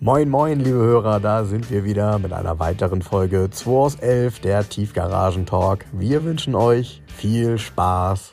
Moin moin liebe Hörer, da sind wir wieder mit einer weiteren Folge 2 aus 11, der Tiefgaragen-Talk. Wir wünschen euch viel Spaß.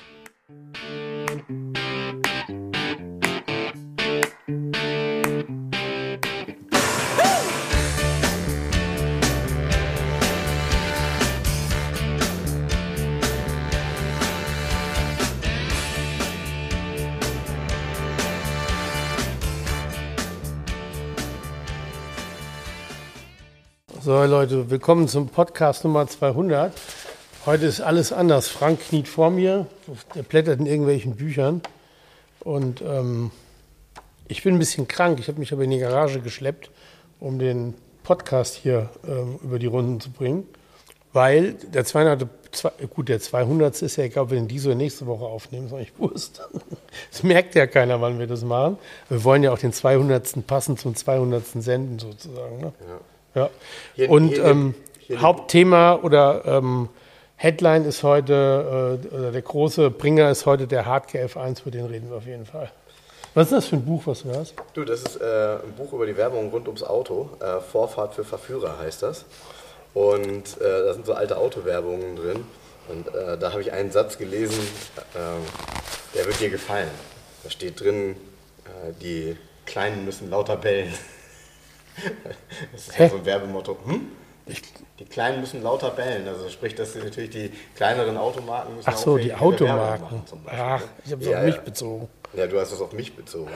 So Leute, willkommen zum Podcast Nummer 200. Heute ist alles anders. Frank kniet vor mir, der blättert in irgendwelchen Büchern und ich bin ein bisschen krank. Ich habe mich aber in die Garage geschleppt, um den Podcast hier über die Runden zu bringen, weil der 200. ist ja egal, ob wir den diese oder nächste Woche aufnehmen, ist eigentlich Wurst. Das merkt ja keiner, wann wir das machen. Wir wollen ja auch den 200. passend zum 200. senden sozusagen. Ne? Ja. Und Hauptthema oder Headline ist heute, oder der große Bringer ist heute der Hardcore F1, für den reden wir auf jeden Fall. Was ist das für ein Buch, was du hast? Du, das ist ein Buch über die Werbung rund ums Auto. Vorfahrt für Verführer heißt das. Und da sind so alte Autowerbungen drin. Und da habe ich einen Satz gelesen, der wird dir gefallen. Da steht drin, die Kleinen müssen lauter bellen. Das ist ja so ein Werbemotto. Die Kleinen müssen lauter bellen. Also sprich, dass natürlich die kleineren Automarken müssen. Ach so, die Automarken. Machen, zum Beispiel. Ach, ich habe es auf mich bezogen. Ja, du hast es auf mich bezogen.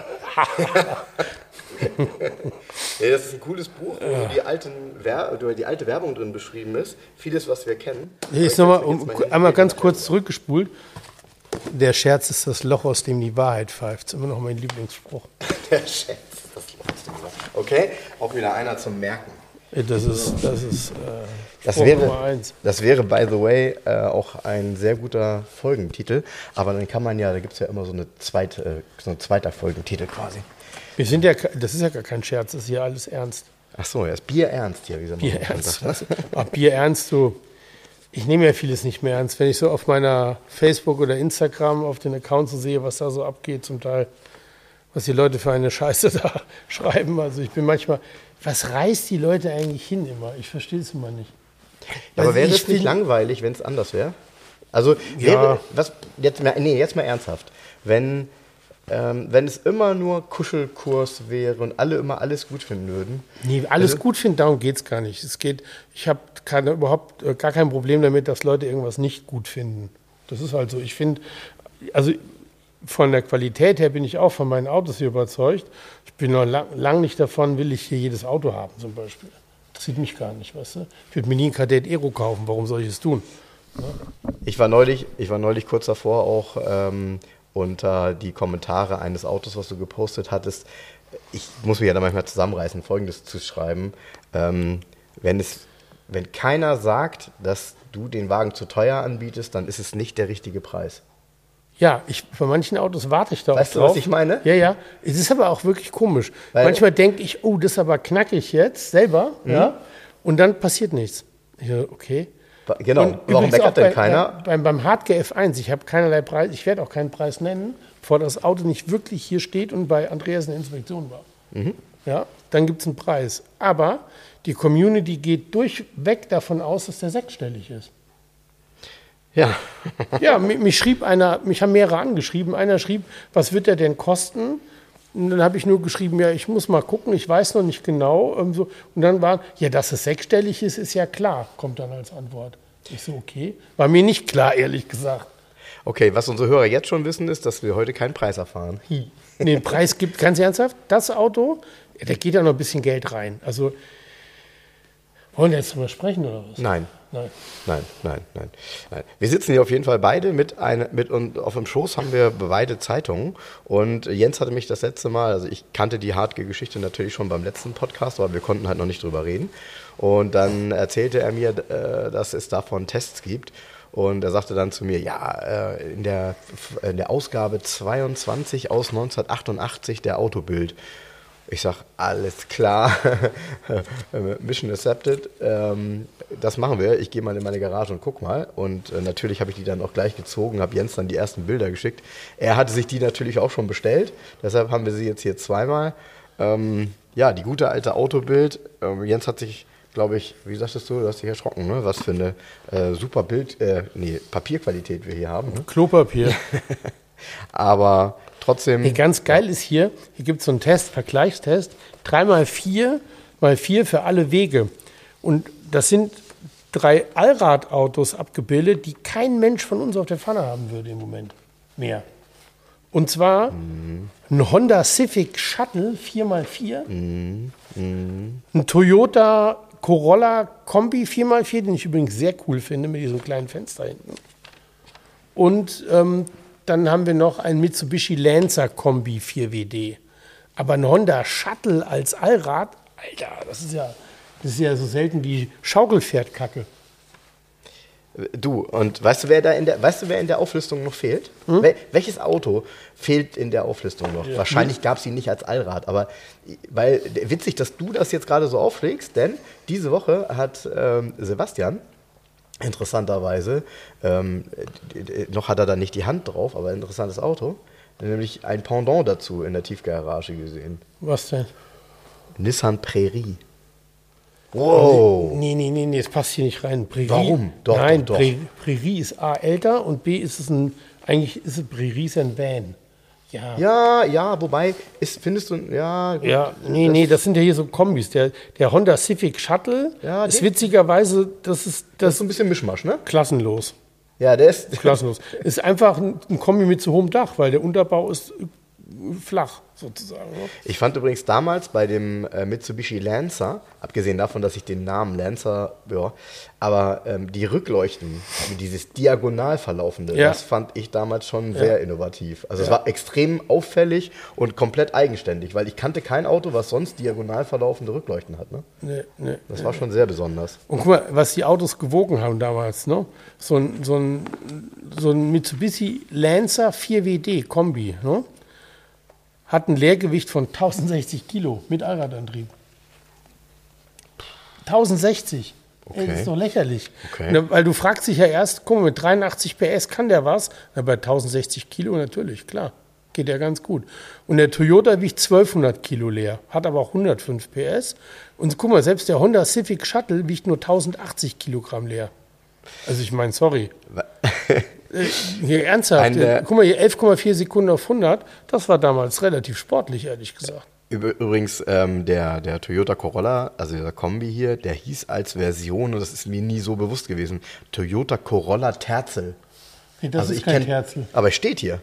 Nee, das ist ein cooles Buch, wo die alte Werbung drin beschrieben ist. Vieles, was wir kennen. Hier ist nochmal einmal ganz kurz zurückgespult. Der Scherz ist das Loch, aus dem die Wahrheit pfeift. Das ist immer noch mein Lieblingsspruch. Der Scherz ist das Loch, aus dem die Wahrheit. Okay, auch wieder einer zum Merken. Das wäre, by the way, auch ein sehr guter Folgentitel. Aber dann kann man ja, da gibt es ja immer so ein zweiter Folgentitel quasi. Das ist ja gar kein Scherz, das ist ja alles ernst. Ach so, ja, ist Bier ernst hier, wie gesagt. Bier ernst. Bier ernst, du. Ich nehme ja vieles nicht mehr ernst. Wenn ich so auf meiner Facebook oder Instagram auf den Accounts so sehe, was da so abgeht, zum Teil, was die Leute für eine Scheiße da schreiben. Also ich bin manchmal, was reißt die Leute eigentlich hin immer? Ich verstehe es immer nicht. Aber wäre es nicht langweilig, wenn es anders wäre? Also wäre, jetzt mal ernsthaft. Wenn es immer nur Kuschelkurs wäre und alle immer alles gut finden würden. Nee, alles gut finden, darum geht es gar nicht. Ich habe überhaupt gar kein Problem damit, dass Leute irgendwas nicht gut finden. Das ist halt so. Ich finde, also von der Qualität her bin ich auch von meinen Autos hier überzeugt. Ich bin noch lang nicht davon, will ich hier jedes Auto haben zum Beispiel. Das sieht mich gar nicht, weißt du. Ich würde mir nie ein Kadett Aero kaufen, warum soll ich es tun? Ja. Ich war neulich kurz davor auch unter die Kommentare eines Autos, was du gepostet hattest. Ich muss mich ja da manchmal zusammenreißen, Folgendes zu schreiben. Wenn keiner sagt, dass du den Wagen zu teuer anbietest, dann ist es nicht der richtige Preis. Ja, bei manchen Autos warte ich da weißt drauf. Weißt du, was ich meine? Ja. Es ist aber auch wirklich komisch. Manchmal denke ich, oh, das ist aber knackig jetzt selber. Ja, und dann passiert nichts. Ja, okay. Genau, warum meckert denn keiner? Beim Hardcore F1, ich habe keinerlei Preis, ich werde auch keinen Preis nennen, bevor das Auto nicht wirklich hier steht und bei Andreas in der Inspektion war. Ja, dann gibt es einen Preis. Aber die Community geht durchweg davon aus, dass der sechsstellig ist. Ja. Ja, mich haben mehrere angeschrieben. Einer schrieb, was wird der denn kosten? Und dann habe ich nur geschrieben, ja, ich muss mal gucken, ich weiß noch nicht genau. Und dann war, ja, dass es sechsstellig ist ja klar, kommt dann als Antwort. Ich so, okay. War mir nicht klar, ehrlich gesagt. Okay, was unsere Hörer jetzt schon wissen, ist, dass wir heute keinen Preis erfahren. Den Preis gibt, ganz ernsthaft, das Auto, da geht ja noch ein bisschen Geld rein. Also, wollen wir jetzt drüber sprechen oder was? Nein. Wir sitzen hier auf jeden Fall beide und auf dem Schoß haben wir beide Zeitungen. Und Jens hatte mich das letzte Mal, also ich kannte die Hardcore-Geschichte natürlich schon beim letzten Podcast, aber wir konnten halt noch nicht drüber reden. Und dann erzählte er mir, dass es davon Tests gibt. Und er sagte dann zu mir, ja, in der Ausgabe 22 aus 1988 der Autobild. Ich sag, alles klar, Mission accepted, das machen wir. Ich gehe mal in meine Garage und guck mal. Und natürlich habe ich die dann auch gleich gezogen, habe Jens dann die ersten Bilder geschickt. Er hatte sich die natürlich auch schon bestellt, deshalb haben wir sie jetzt hier zweimal. Ja, die gute alte Autobild. Jens hat sich, glaube ich, wie sagtest du hast dich erschrocken, ne? Was für eine super Papierqualität wir hier haben. Ne? Klopapier. Aber trotzdem. Nee, ganz geil ist hier gibt es so einen Test, Vergleichstest, 3x4x4 für alle Wege. Und das sind 3 Allradautos abgebildet, die kein Mensch von uns auf der Pfanne haben würde im Moment mehr. Und zwar ein Honda Civic Shuttle 4x4, ein Toyota Corolla Kombi 4x4, den ich übrigens sehr cool finde mit diesem kleinen Fenster hinten. Und dann haben wir noch ein Mitsubishi Lancer Kombi 4WD. Aber ein Honda Shuttle als Allrad, Alter, das ist ja so selten wie Schaukelpferdkacke. Du, und weißt du, wer in der Auflistung noch fehlt? Welches Auto fehlt in der Auflistung noch? Ja. Wahrscheinlich gab es ihn nicht als Allrad, aber witzig, dass du das jetzt gerade so aufschlägst, denn diese Woche hat Sebastian interessanterweise, noch hat er da nicht die Hand drauf, aber ein interessantes Auto, nämlich ein Pendant dazu in der Tiefgarage gesehen. Was denn? Nissan Prärie. Wow. Nee, das passt hier nicht rein. Prärie, warum? Doch. Prärie ist A älter und B ist es Prärie ist ein Van. Ja, wobei, findest du, ja. Gut, ja, nee, das sind ja hier so Kombis. Der Honda Civic Shuttle ist witzigerweise, das ist so ein bisschen Mischmasch, ne? Klassenlos. Ja, der ist klassenlos. Ist einfach ein Kombi mit zu hohem Dach, weil der Unterbau ist flach, sozusagen. Ne? Ich fand übrigens damals bei dem Mitsubishi Lancer, abgesehen davon, dass ich den Namen Lancer, aber die Rückleuchten, dieses diagonal verlaufende, das fand ich damals schon sehr innovativ. Also es war extrem auffällig und komplett eigenständig, weil ich kannte kein Auto, was sonst diagonal verlaufende Rückleuchten hat. Ne? Nee. Das war schon sehr besonders. Und guck mal, was die Autos gewogen haben damals, ne? So ein Mitsubishi Lancer 4WD Kombi, ne? Hat ein Leergewicht von 1060 Kilo mit Allradantrieb. 1060. Okay. Das ist doch lächerlich. Okay. Weil du fragst dich ja erst, guck mal, mit 83 PS kann der was? Na, bei 1060 Kilo natürlich, klar. Geht ja ganz gut. Und der Toyota wiegt 1200 Kilo leer, hat aber auch 105 PS. Und guck mal, selbst der Honda Civic Shuttle wiegt nur 1080 Kilogramm leer. Also ich meine, sorry. Hier ernsthaft, guck mal hier, 11,4 Sekunden auf 100, das war damals relativ sportlich, ehrlich gesagt. Übrigens, der Toyota Corolla, also der Kombi hier, der hieß als Version, und das ist mir nie so bewusst gewesen, Toyota Corolla Terzel. Nee, das ist kein Terzel. Aber steht hier.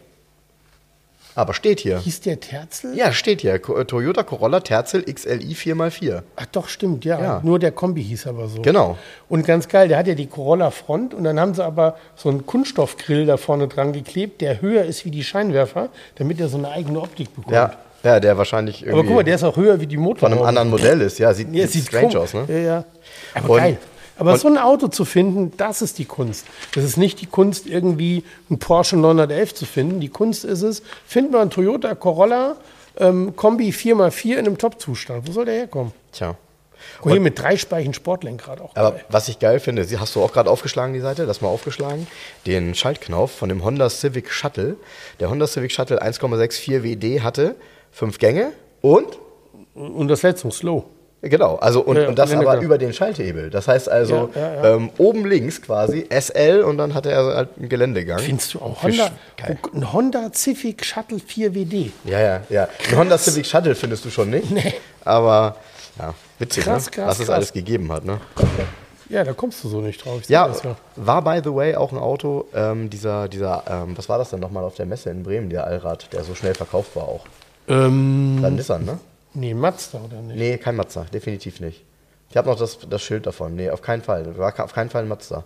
Hieß der Terzel? Ja, steht hier. Toyota Corolla Terzel XLI 4x4. Ach doch, stimmt, ja. Nur der Kombi hieß aber so. Genau. Und ganz geil, der hat ja die Corolla Front und dann haben sie aber so einen Kunststoffgrill da vorne dran geklebt, der höher ist wie die Scheinwerfer, damit er so eine eigene Optik bekommt. Ja, der wahrscheinlich irgendwie... Aber guck mal, der ist auch höher wie die Motorhaube. Von einem anderen Modell ist, ja. Sieht strange aus, ne? Ja. Aber geil. Aber so ein Auto zu finden, das ist die Kunst. Das ist nicht die Kunst, irgendwie einen Porsche 911 zu finden. Die Kunst ist es, finden wir einen Toyota Corolla Kombi 4x4 in einem Top-Zustand. Wo soll der herkommen? Tja. Hier mit 3 Speichen Sportlenkrad auch. Aber was ich geil finde, hast du auch gerade aufgeschlagen, die Seite, das mal aufgeschlagen, den Schaltknauf von dem Honda Civic Shuttle. Der Honda Civic Shuttle 1,64 WD hatte 5 Gänge und das letzte Slow. Genau, also und das aber über den Schalthebel. Das heißt also oben links quasi SL und dann hatte er halt einen Geländegang. Findest du auch ein Honda Civic Shuttle 4WD? Ja. Ein Honda Civic Shuttle findest du schon nicht. Nee. Aber ja, witzig, krass, was es alles gegeben hat, ne? Ja, da kommst du so nicht drauf. War by the way auch ein Auto, dieser was war das denn nochmal auf der Messe in Bremen, der Allrad, der so schnell verkauft war auch. War Nissan, ne? Nee, Mazda oder nicht? Nee, kein Mazda, definitiv nicht. Ich habe noch das Schild davon. Nee, auf keinen Fall. War auf keinen Fall ein Mazda.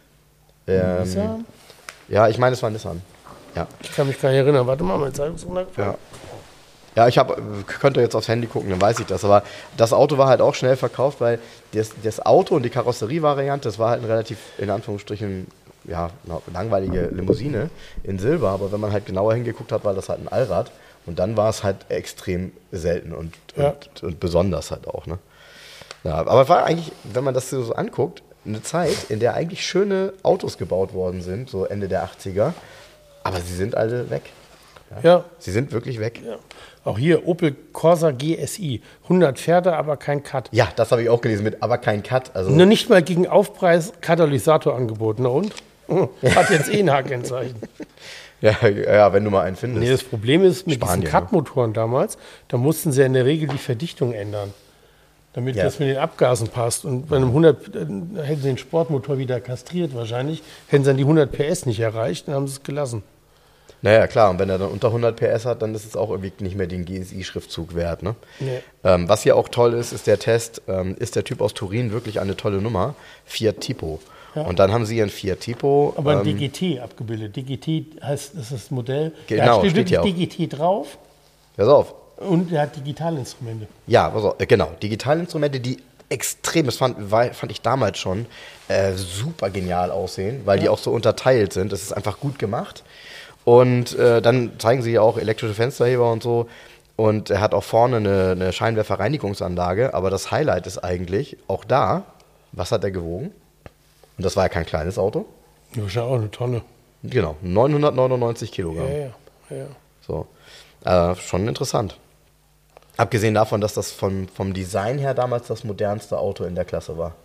Nissan? Ja, ich meine, es war Nissan. Ja. Ich kann mich gar nicht erinnern. Warte mal, mein Zeitungsunterlagen. Ja, ich könnte jetzt aufs Handy gucken, dann weiß ich das. Aber das Auto war halt auch schnell verkauft, weil das Auto und die Karosserievariante, das war halt ein relativ, in Anführungsstrichen, langweilige Limousine in Silber. Aber wenn man halt genauer hingeguckt hat, war das halt ein Allrad. Und dann war es halt extrem selten und besonders halt auch. Ne? Ja, aber es war eigentlich, wenn man das so anguckt, eine Zeit, in der eigentlich schöne Autos gebaut worden sind, so Ende der 80er. Aber sie sind alle weg. Ja. Sie sind wirklich weg. Ja. Auch hier Opel Corsa GSI. 100 Pferde, aber kein Cut. Ja, das habe ich auch gelesen mit, aber kein Cut. Also Nur nicht mal gegen Aufpreis Katalysator angeboten. Na und? Hat jetzt ein H-Kennzeichen. ja, wenn du mal einen findest. Nee, das Problem ist, mit Spanien, diesen Cut-Motoren damals, da mussten sie ja in der Regel die Verdichtung ändern, damit das mit den Abgasen passt. Und bei einem 100, dann hätten sie den Sportmotor wieder kastriert wahrscheinlich, hätten sie dann die 100 PS nicht erreicht, dann haben sie es gelassen. Naja, klar, und wenn er dann unter 100 PS hat, dann ist es auch irgendwie nicht mehr den GSI-Schriftzug wert. Ne? Nee. Was hier auch toll ist, ist der Test, ist der Typ aus Turin wirklich eine tolle Nummer? Fiat Tipo. Ja. Und dann haben sie ihren Fiat Tipo. Aber ein DGT abgebildet. DGT heißt, das ist das Modell. Genau, da steht hier wirklich DGT drauf. Pass auf. Und er hat Digitalinstrumente. Ja, pass auf, genau. Digitalinstrumente, die extrem, das fand ich damals schon, super genial aussehen, weil die auch so unterteilt sind. Das ist einfach gut gemacht. Und dann zeigen sie ja auch elektrische Fensterheber und so. Und er hat auch vorne eine Scheinwerferreinigungsanlage. Aber das Highlight ist eigentlich, auch da, was hat er gewogen? Und das war ja kein kleines Auto. Das ist ja auch eine Tonne. Genau, 999 Kilogramm. Ja. So, schon interessant. Abgesehen davon, dass das vom Design her damals das modernste Auto in der Klasse war.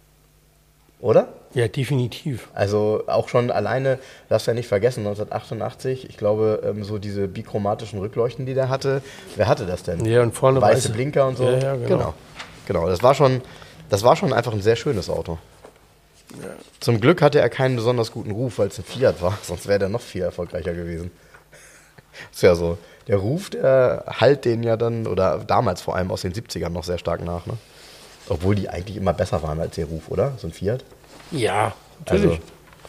Oder? Ja, definitiv. Also auch schon alleine, darfst du ja nicht vergessen, 1988, ich glaube, so diese bichromatischen Rückleuchten, die der hatte. Wer hatte das denn? Ja, und vorne weiße Blinker und so. Ja, genau. Das war schon einfach ein sehr schönes Auto. Ja. Zum Glück hatte er keinen besonders guten Ruf, weil es ein Fiat war, sonst wäre der noch viel erfolgreicher gewesen. Ist ja so. Der Ruf, der hallt den ja dann, oder damals vor allem aus den 70ern noch sehr stark nach, ne? Obwohl die eigentlich immer besser waren als der Ruf, oder? So ein Fiat? Ja, natürlich. Also,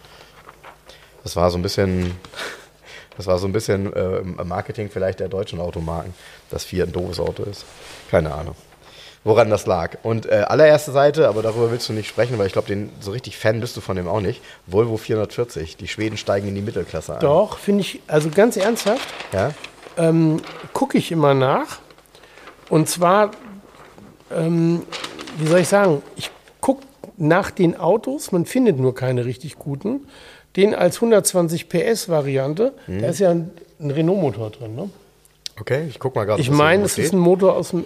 das war so ein bisschen Marketing vielleicht der deutschen Automarken, dass Fiat ein doofes Auto ist. Keine Ahnung, woran das lag. Und allererste Seite, aber darüber willst du nicht sprechen, weil ich glaube, so richtig Fan bist du von dem auch nicht. Volvo 440, die Schweden steigen in die Mittelklasse ein. Doch, finde ich, also ganz ernsthaft, ja? Gucke ich immer nach. Und zwar, wie soll ich sagen, ich gucke nach den Autos, man findet nur keine richtig guten. Den als 120 PS-Variante, da ist ja ein Renault-Motor drin, ne? Okay, ich guck mal gerade. Ich meine, es ist ein Motor aus dem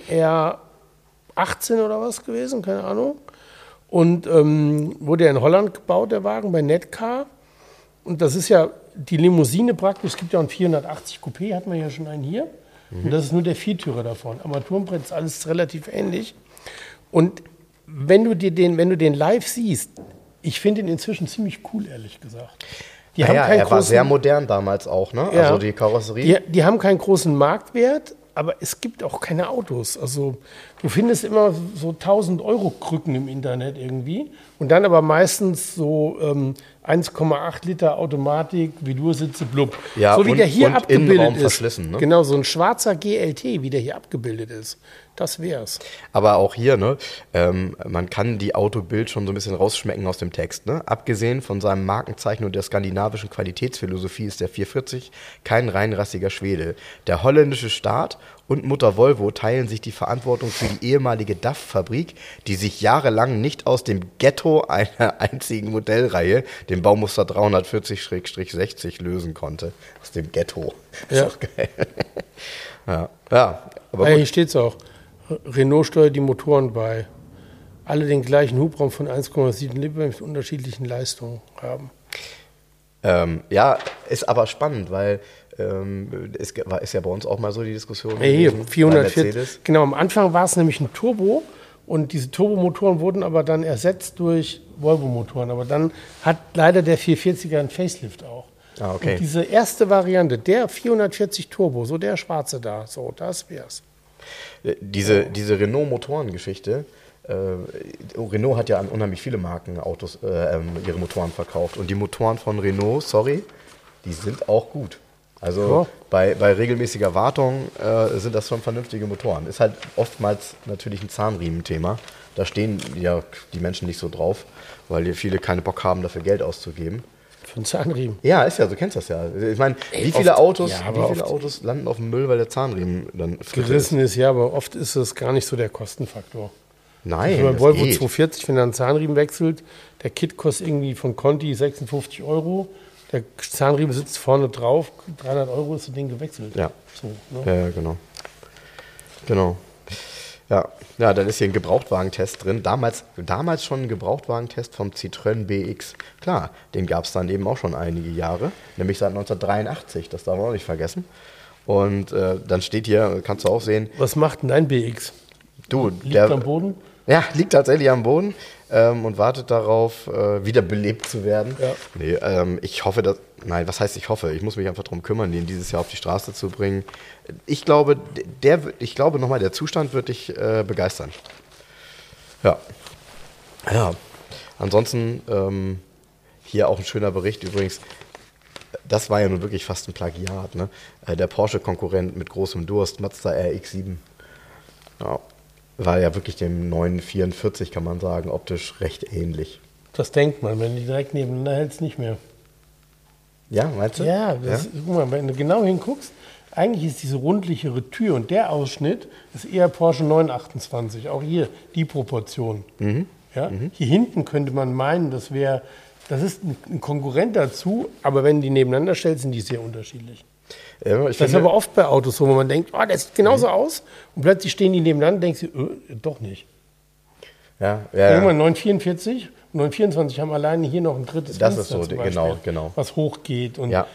R18 oder was gewesen, keine Ahnung. Und wurde ja in Holland gebaut, der Wagen, bei Netcar. Und das ist ja die Limousine praktisch. Es gibt ja einen 480 Coupé, hatten wir ja schon einen hier. Und das ist nur der Viertürer davon. Armaturenbrett ist alles relativ ähnlich. Und wenn du den live siehst, ich finde ihn inzwischen ziemlich cool, ehrlich gesagt. Er war sehr modern damals auch, ne? Ja, also die Karosserie. Die haben keinen großen Marktwert, aber es gibt auch keine Autos. Also du findest immer so 1.000-Euro-Krücken im Internet irgendwie und dann aber meistens so 1,8 Liter Automatik, Velursitze, blub. Ja, so wie der hier abgebildet ist. Verschlissen, ne? Genau, so ein schwarzer GLT, wie der hier abgebildet ist. Das wär's. Aber auch hier, ne, man kann die Autobild schon so ein bisschen rausschmecken aus dem Text. Ne? Abgesehen von seinem Markenzeichen und der skandinavischen Qualitätsphilosophie ist der 440 kein reinrassiger Schwede. Der holländische Staat und Mutter Volvo teilen sich die Verantwortung für die ehemalige DAF-Fabrik, die sich jahrelang nicht aus dem Ghetto einer einzigen Modellreihe, dem Baumuster 340-60, lösen konnte. Aus dem Ghetto. Ja. Ist doch geil. ja, aber Hier gut. steht's auch. Renault steuert die Motoren bei. Alle den gleichen Hubraum von 1,7 Liter mit unterschiedlichen Leistungen haben. Ja, ist aber spannend, weil ist ja bei uns auch mal so die Diskussion. Hier, gewesen, 440. Genau, am Anfang war es nämlich ein Turbo und diese Turbomotoren wurden aber dann ersetzt durch Volvo-Motoren. Aber dann hat leider der 440er einen Facelift auch. Ah, okay. Und diese erste Variante, der 440 Turbo, so der schwarze da, so, das wär's. Diese Renault-Motorengeschichte, Renault hat ja an unheimlich viele Markenautos ihre Motoren verkauft. Und die Motoren von Renault, die sind auch gut. Also bei regelmäßiger Wartung sind das schon vernünftige Motoren. Ist halt oftmals natürlich ein Zahnriemen-Thema. Da stehen ja die Menschen nicht so drauf, weil viele keine Bock haben, dafür Geld auszugeben. Für einen Zahnriemen. Ja, ist ja, du kennst das ja. Ich meine, wie viele Autos landen auf dem Müll, weil der Zahnriemen dann gerissen ist? Ja, aber oft ist es gar nicht so der Kostenfaktor. Nein, also beim Volvo 240, wenn er einen Zahnriemen wechselt, der Kit kostet irgendwie von Conti 56 €, der Zahnriemen sitzt vorne drauf, 300 € ist das Ding gewechselt. Ja. So, ne? Ja, genau. Genau. Ja, dann ist hier ein Gebrauchtwagentest drin. Damals schon ein Gebrauchtwagentest vom Citroën BX. Klar, den gab es dann eben auch schon einige Jahre, nämlich seit 1983, das darf man auch nicht vergessen. Und dann steht hier, kannst du auch sehen. Was macht denn dein BX? Liegt am Boden? Ja, liegt tatsächlich am Boden und wartet darauf, wiederbelebt zu werden. Ja. Nee, ich hoffe, was heißt ich hoffe? Ich muss mich einfach darum kümmern, den dieses Jahr auf die Straße zu bringen. Ich glaube nochmal, der Zustand wird dich begeistern. Ja. Ja. Ansonsten hier auch ein schöner Bericht übrigens. Das war ja nun wirklich fast ein Plagiat, ne? Der Porsche-Konkurrent mit großem Durst, Mazda RX-7. Ja. War ja wirklich dem 944, kann man sagen, optisch recht ähnlich. Das denkt man, wenn die direkt nebeneinander hält es nicht mehr. Ja, meinst du? Ja, guck mal, wenn du genau hinguckst, eigentlich ist diese rundlichere Tür und der Ausschnitt ist eher Porsche 928. Auch hier die Proportion. Ja? Hier hinten könnte man meinen, das ist ein Konkurrent dazu, aber wenn die nebeneinander stellt, sind die sehr unterschiedlich. Ja, das ist aber oft bei Autos so, wo man denkt, oh, das sieht genauso aus und plötzlich stehen die nebeneinander und denkst du, doch nicht. Ja. Irgendwann 944 und 924 haben alleine hier noch ein drittes das Fenster ist so, zum Beispiel, genau. was hochgeht und, ja.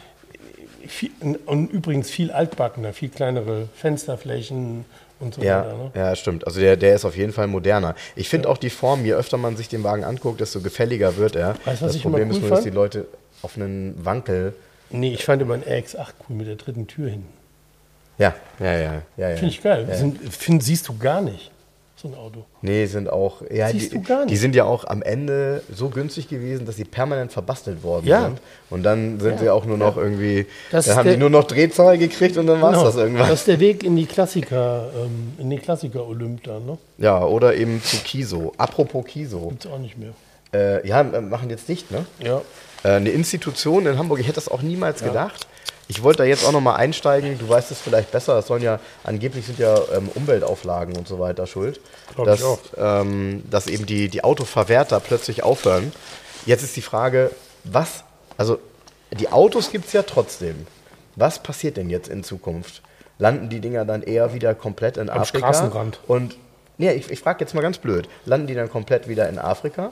Und übrigens viel altbackener, viel kleinere Fensterflächen und so weiter. Ne? Ja, stimmt. Also der ist auf jeden Fall moderner. Ich finde auch die Form, je öfter man sich den Wagen anguckt, desto gefälliger wird er. Weißt du, was das ich Problem immer cool ist nur, dass fand? die Leute auf einen Wankel... Nee, ich fand immer einen RX-8 cool mit der dritten Tür hinten. Ja. Finde ich geil. Siehst du gar nicht, so ein Auto. Nee, sind auch... Ja, Siehst du gar nicht. Die sind ja auch am Ende so günstig gewesen, dass sie permanent verbastelt worden Ja. sind. Und dann sind sie auch nur noch irgendwie... Das Dann haben die nur noch Drehzahl gekriegt und dann war es das irgendwann. Das ist der Weg in die Klassiker, in den Klassiker-Olymp da, ne? Ja, oder eben zu Kiso. Apropos Kiso. Gibt's auch nicht mehr. Machen jetzt dicht, ne? Ja. Eine Institution in Hamburg, ich hätte das auch niemals gedacht. Ich wollte da jetzt auch nochmal einsteigen, du weißt es vielleicht besser, angeblich sind ja Umweltauflagen und so weiter schuld, Glaub ich auch. Dass eben die Autoverwerter plötzlich aufhören. Jetzt ist die Frage, die Autos gibt es ja trotzdem. Was passiert denn jetzt in Zukunft? Landen die Dinger dann eher wieder komplett in Afrika? Straßenrand. Ich frage jetzt mal ganz blöd, landen die dann komplett wieder in Afrika?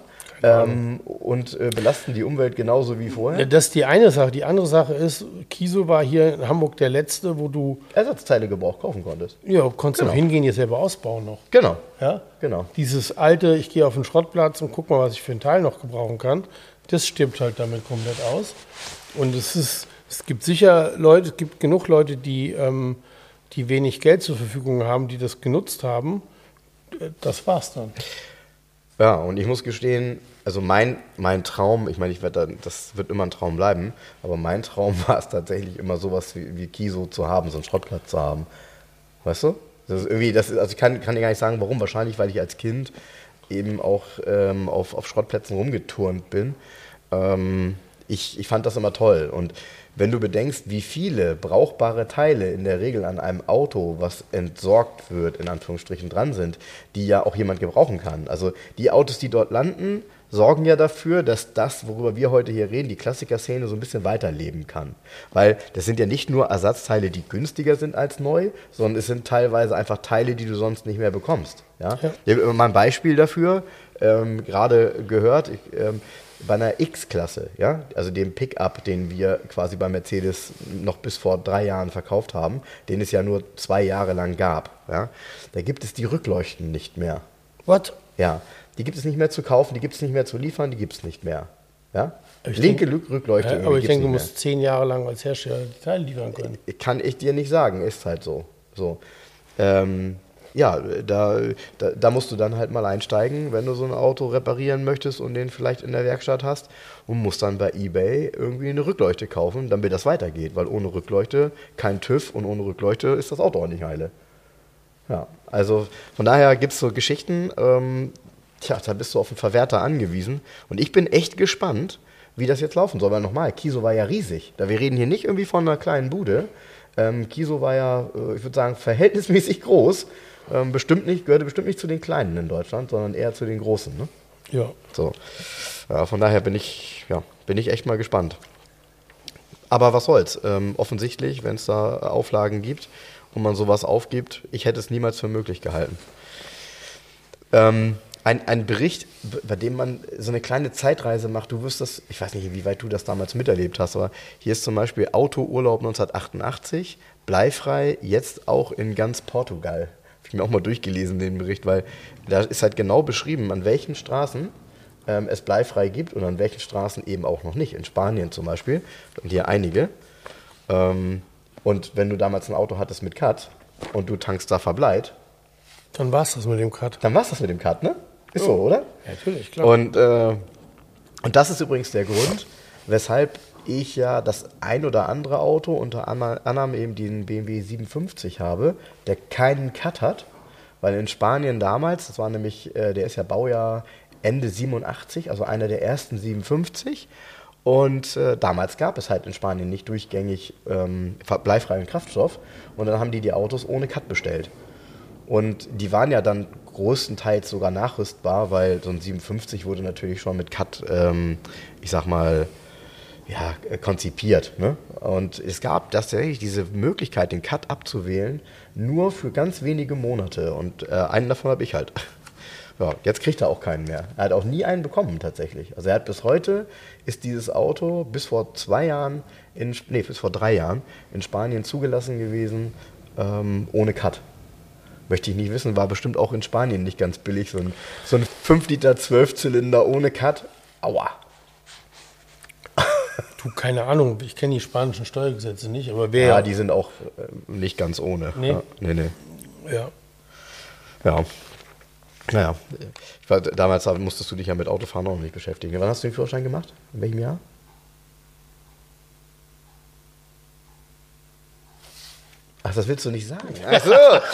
Und belasten die Umwelt genauso wie vorher? Ja, das ist die eine Sache. Die andere Sache ist, Kiso war hier in Hamburg der letzte, wo du... Ersatzteile Gebrauch kaufen konntest. Ja, konntest auch hingehen, jetzt selber ausbauen noch. Genau. Ja? Genau. Dieses alte, ich gehe auf den Schrottplatz und guck mal, was ich für ein Teil noch gebrauchen kann, das stirbt halt damit komplett aus. Und es gibt genug Leute, die wenig Geld zur Verfügung haben, die das genutzt haben. Das war's dann. Ja, und ich muss gestehen, also mein Traum, ich meine, das wird immer ein Traum bleiben, aber mein Traum war es tatsächlich immer sowas wie Kiso zu haben, so einen Schrottplatz zu haben. Weißt du? Das ist irgendwie, also ich kann dir gar nicht sagen, warum. Wahrscheinlich, weil ich als Kind eben auch auf Schrottplätzen rumgeturnt bin. Ich fand das immer toll. Und wenn du bedenkst, wie viele brauchbare Teile in der Regel an einem Auto, was entsorgt wird, in Anführungsstrichen dran sind, die ja auch jemand gebrauchen kann. Also die Autos, die dort landen, sorgen ja dafür, dass das, worüber wir heute hier reden, die Klassiker-Szene so ein bisschen weiterleben kann. Weil das sind ja nicht nur Ersatzteile, die günstiger sind als neu, sondern es sind teilweise einfach Teile, die du sonst nicht mehr bekommst. Ja? Ich habe immer mal ein Beispiel dafür, gerade gehört, bei einer X-Klasse, ja, also dem Pickup, den wir quasi bei Mercedes noch bis vor 3 Jahren verkauft haben, den es ja nur 2 Jahre lang gab, ja, da gibt es die Rückleuchten nicht mehr. What? Ja, die gibt es nicht mehr zu kaufen, die gibt es nicht mehr zu liefern, die gibt es nicht mehr. Ja? Linke Rückleuchte. Ja, aber ich denke, du musst 10 Jahre lang als Hersteller die Teile liefern können. Kann ich dir nicht sagen, ist halt so. Ja, da musst du dann halt mal einsteigen, wenn du so ein Auto reparieren möchtest und den vielleicht in der Werkstatt hast und musst dann bei eBay irgendwie eine Rückleuchte kaufen, damit das weitergeht, weil ohne Rückleuchte kein TÜV und ohne Rückleuchte ist das Auto auch nicht heile. Ja, also von daher gibt es so Geschichten, da bist du auf den Verwerter angewiesen und ich bin echt gespannt, wie das jetzt laufen soll, weil nochmal, Kiso war ja riesig. Wir reden hier nicht irgendwie von einer kleinen Bude. Kiso war ja, ich würde sagen, verhältnismäßig groß. Gehörte bestimmt nicht zu den Kleinen in Deutschland, sondern eher zu den Großen. Ne? Ja. So. Von daher bin ich echt mal gespannt. Aber was soll's? Offensichtlich, wenn es da Auflagen gibt und man sowas aufgibt, ich hätte es niemals für möglich gehalten. Ein Bericht, bei dem man so eine kleine Zeitreise macht, du wirst das, ich weiß nicht, wie weit du das damals miterlebt hast, aber hier ist zum Beispiel Autourlaub 1988, bleifrei, jetzt auch in ganz Portugal. Habe ich mir auch mal durchgelesen, den Bericht, weil da ist halt genau beschrieben, an welchen Straßen es bleifrei gibt und an welchen Straßen eben auch noch nicht. In Spanien zum Beispiel, und hier einige. Und wenn du damals ein Auto hattest mit Cut und du tankst da Verbleit, dann war es das mit dem Cut. Dann war es das mit dem Cut, ne? Ist so, oder? Ja, natürlich, klar. Und das ist übrigens der Grund, weshalb ich ja das ein oder andere Auto, unter anderem eben den BMW 750 habe, der keinen Cut hat, weil in Spanien damals, das war nämlich, der ist ja Baujahr Ende 87, also einer der ersten 57, und damals gab es halt in Spanien nicht durchgängig bleifreien Kraftstoff, und dann haben die Autos ohne Cut bestellt. Und die waren ja dann größtenteils sogar nachrüstbar, weil so ein 57 wurde natürlich schon mit Cut, ich sag mal, ja, konzipiert. Ne? Und es gab tatsächlich diese Möglichkeit, den Cut abzuwählen, nur für ganz wenige Monate. Und einen davon habe ich halt. Ja, jetzt kriegt er auch keinen mehr. Er hat auch nie einen bekommen tatsächlich. Also er hat bis heute, ist dieses Auto bis vor 3 Jahren in Spanien zugelassen gewesen, ohne Cut. Möchte ich nicht wissen, war bestimmt auch in Spanien nicht ganz billig. So ein 5 Liter 12-Zylinder ohne Cut. Aua. Du, keine Ahnung, ich kenne die spanischen Steuergesetze nicht, aber Ja, die sind auch nicht ganz ohne. Nee? Ja, nee. Ja. Ja. Naja, damals musstest du dich ja mit Autofahren auch noch nicht beschäftigen. Wann hast du den Führerschein gemacht? In welchem Jahr? Ach, das willst du nicht sagen. Ach so.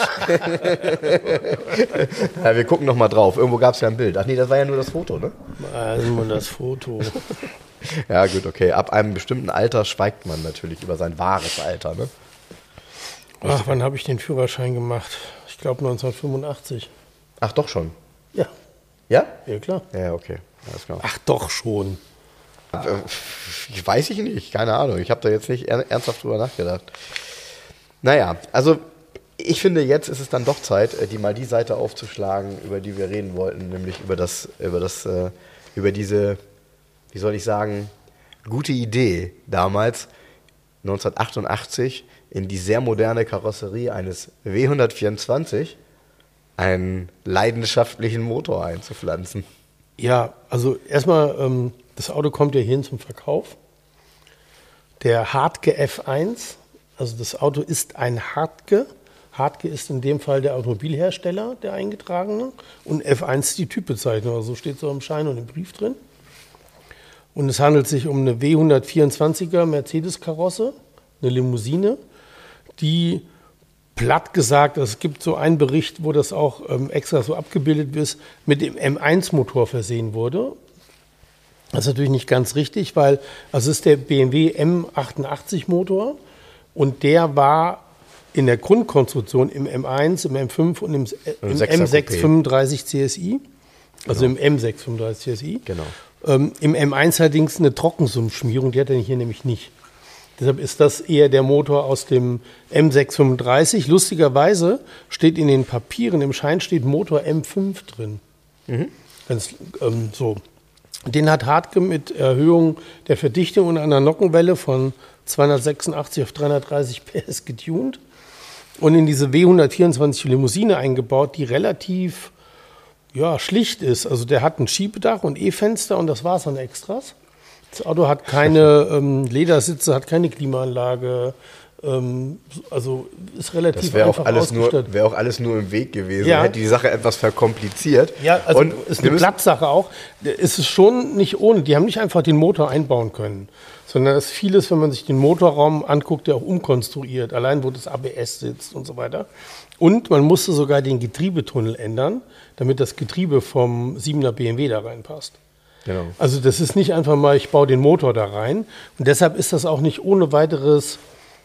Ja, wir gucken noch mal drauf. Irgendwo gab es ja ein Bild. Ach nee, das war ja nur das Foto, ne? Also das Foto. Ja gut, okay. Ab einem bestimmten Alter schweigt man natürlich über sein wahres Alter, ne? Ach, wann habe ich den Führerschein gemacht? Ich glaube 1985. Ach, doch schon. Ja. Ja? Ja, klar. Ja, okay. Alles klar. Ach, doch schon. Weiß ich nicht, keine Ahnung. Ich habe da jetzt nicht ernsthaft drüber nachgedacht. Naja, also ich finde, jetzt ist es dann doch Zeit, die Seite aufzuschlagen, über die wir reden wollten, nämlich über diese, wie soll ich sagen, gute Idee damals, 1988, in die sehr moderne Karosserie eines W124 einen leidenschaftlichen Motor einzupflanzen. Ja, also erstmal, das Auto kommt ja hierhin zum Verkauf. Der Hartke F1, also das Auto ist ein Hartke. Hartke ist in dem Fall der Automobilhersteller, der eingetragene. Und F1 ist die Typbezeichnung, also so steht so im Schein und im Brief drin. Und es handelt sich um eine W124er Mercedes-Karosse, eine Limousine, die platt gesagt, es gibt so einen Bericht, wo das auch extra so abgebildet ist, mit dem M1-Motor versehen wurde. Das ist natürlich nicht ganz richtig, weil es ist der BMW M88-Motor und der war in der Grundkonstruktion im M1, im M5 und im M635 CSI, also im M635 CSI. Genau. Im M1 allerdings eine Trockensumpfschmierung, die hat er hier nämlich nicht. Deshalb ist das eher der Motor aus dem M635. Lustigerweise steht in den Papieren, im Schein steht Motor M5 drin. So. Den hat Hartke mit Erhöhung der Verdichtung und einer Nockenwelle von 286 auf 330 PS getuned und in diese W124 Limousine eingebaut, die relativ schlicht ist. Also der hat ein Schiebedach und E-Fenster und das war's an Extras. Das Auto hat keine Ledersitze, hat keine Klimaanlage, also ist relativ einfach ausgestattet. Das wäre auch alles nur im Weg gewesen, ja. Hätte die Sache etwas verkompliziert. Ja, also und ist eine Platzsache auch. Es ist schon nicht ohne, die haben nicht einfach den Motor einbauen können, sondern es ist vieles, wenn man sich den Motorraum anguckt, der auch umkonstruiert, allein wo das ABS sitzt und so weiter. Und man musste sogar den Getriebetunnel ändern, damit das Getriebe vom 7er BMW da reinpasst. Genau. Also das ist nicht einfach mal, ich baue den Motor da rein. Und deshalb ist das auch nicht ohne weiteres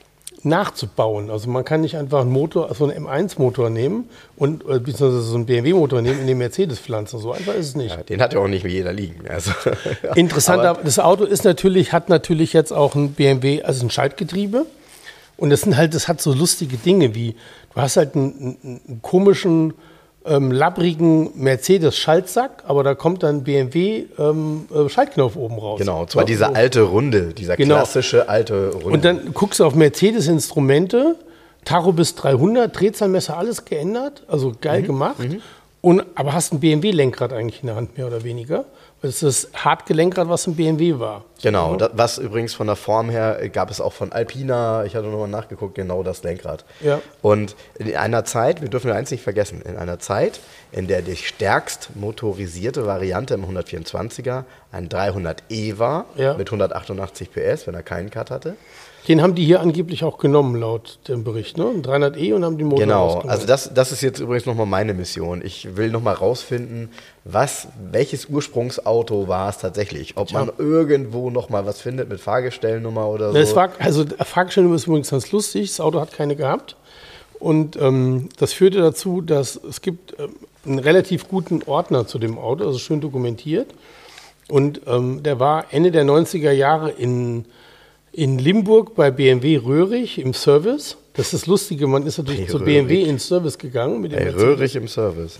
nachzubauen. Also man kann nicht einfach einen Motor, so einen M1-Motor nehmen und beziehungsweise so einen BMW-Motor nehmen in den Mercedes pflanzen. So einfach ist es nicht. Ja, den hat ja auch nicht jeder liegen. Also, Interessant, das Auto hat natürlich jetzt auch ein BMW, also ein Schaltgetriebe. Und das hat so lustige Dinge wie, du hast halt einen komischen, labbrigen Mercedes-Schaltsack, aber da kommt dann BMW Schaltknopf oben raus. Genau, und zwar diese alte Runde, dieser klassische alte Runde. Und dann guckst du auf Mercedes-Instrumente, Tacho bis 300, Drehzahlmesser, alles geändert, also geil gemacht. Aber hast ein BMW-Lenkrad eigentlich in der Hand, mehr oder weniger. Das ist das Hartgelenkrad, was ein BMW war. Genau, was übrigens von der Form her gab es auch von Alpina, ich hatte nochmal nachgeguckt, genau das Lenkrad. Ja. Und in einer Zeit, wir dürfen eins nicht vergessen, in einer Zeit, in der die stärkst motorisierte Variante im 124er ein 300e war, mit 188 PS, wenn er keinen Cut hatte. Den haben die hier angeblich auch genommen, laut dem Bericht, ne? Ein 300e und haben den Motor rausgenommen. Also das ist jetzt übrigens nochmal meine Mission. Ich will nochmal rausfinden, welches Ursprungsauto war es tatsächlich. Ob man irgendwo nochmal was findet mit Fahrgestellnummer oder so. Fahrgestellnummer ist übrigens ganz lustig. Das Auto hat keine gehabt. Und das führte dazu, dass es gibt einen relativ guten Ordner zu dem Auto, also schön dokumentiert. Und der war Ende der 90er Jahre in Limburg bei BMW Röhrig im Service. Das ist das Lustige, man ist natürlich zu BMW ins Service gegangen. Mit dem Röhrig im Service.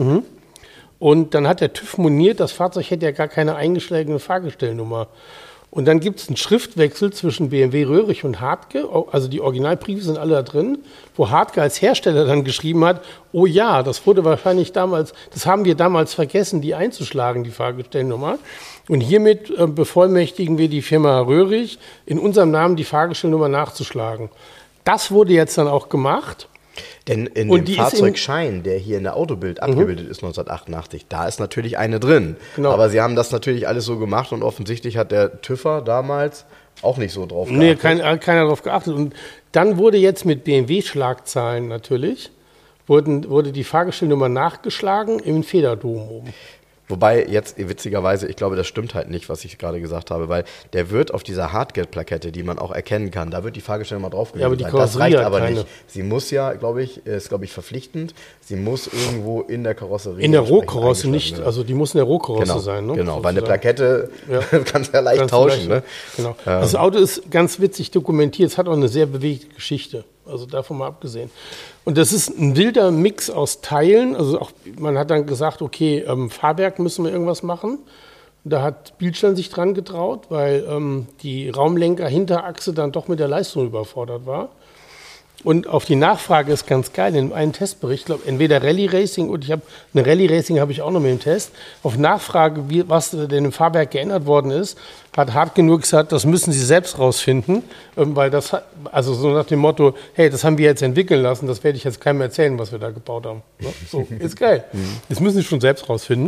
Und dann hat der TÜV moniert, das Fahrzeug hätte ja gar keine eingeschlagene Fahrgestellnummer. Und dann gibt es einen Schriftwechsel zwischen BMW Röhrig und Hartke, also die Originalbriefe sind alle da drin, wo Hartke als Hersteller dann geschrieben hat, oh ja, das wurde wahrscheinlich damals, das haben wir damals vergessen, die einzuschlagen, die Fahrgestellnummer. Und hiermit bevollmächtigen wir die Firma Röhrig, in unserem Namen die Fahrgestellnummer nachzuschlagen. Das wurde jetzt dann auch gemacht. Denn in dem Fahrzeugschein, der hier in der Autobild abgebildet ist, 1988, da ist natürlich eine drin. Genau. Aber sie haben das natürlich alles so gemacht und offensichtlich hat der TÜVer damals auch nicht so drauf geachtet. Nee, keiner darauf geachtet. Und dann wurde jetzt mit BMW-Schlagzahlen natürlich, wurde die Fahrgestellnummer nachgeschlagen im Federdom oben. Wobei jetzt witzigerweise, ich glaube, das stimmt halt nicht, was ich gerade gesagt habe, weil der wird auf dieser Hardgate-Plakette, die man auch erkennen kann, da wird die Fahrgestellnummer drauf ja, aber die sein. Das reicht aber nicht. Sie muss ja, ist verpflichtend, sie muss irgendwo in der Karosserie. In der Rohkarosse nicht, also die muss in der Rohkarosse sein. Ne? Genau, weil eine Plakette kannst du ja leicht tauschen. Ne? Genau. Das Auto ist ganz witzig dokumentiert, es hat auch eine sehr bewegte Geschichte, also davon mal abgesehen. Und das ist ein wilder Mix aus Teilen. Also auch, man hat dann gesagt, okay, Fahrwerk müssen wir irgendwas machen. Da hat Bilstein sich dran getraut, weil die Raumlenker-Hinterachse dann doch mit der Leistung überfordert war. Und auf die Nachfrage ist ganz geil, in einem Testbericht, ich glaube, entweder Rallye Racing und eine Rallye Racing habe ich auch noch mit dem Test. Auf Nachfrage, was denn im Fahrwerk geändert worden ist, hat hart genug gesagt, das müssen Sie selbst rausfinden, weil das, also so nach dem Motto, hey, das haben wir jetzt entwickeln lassen, das werde ich jetzt keinem erzählen, was wir da gebaut haben. So, ist geil. Das müssen Sie schon selbst rausfinden.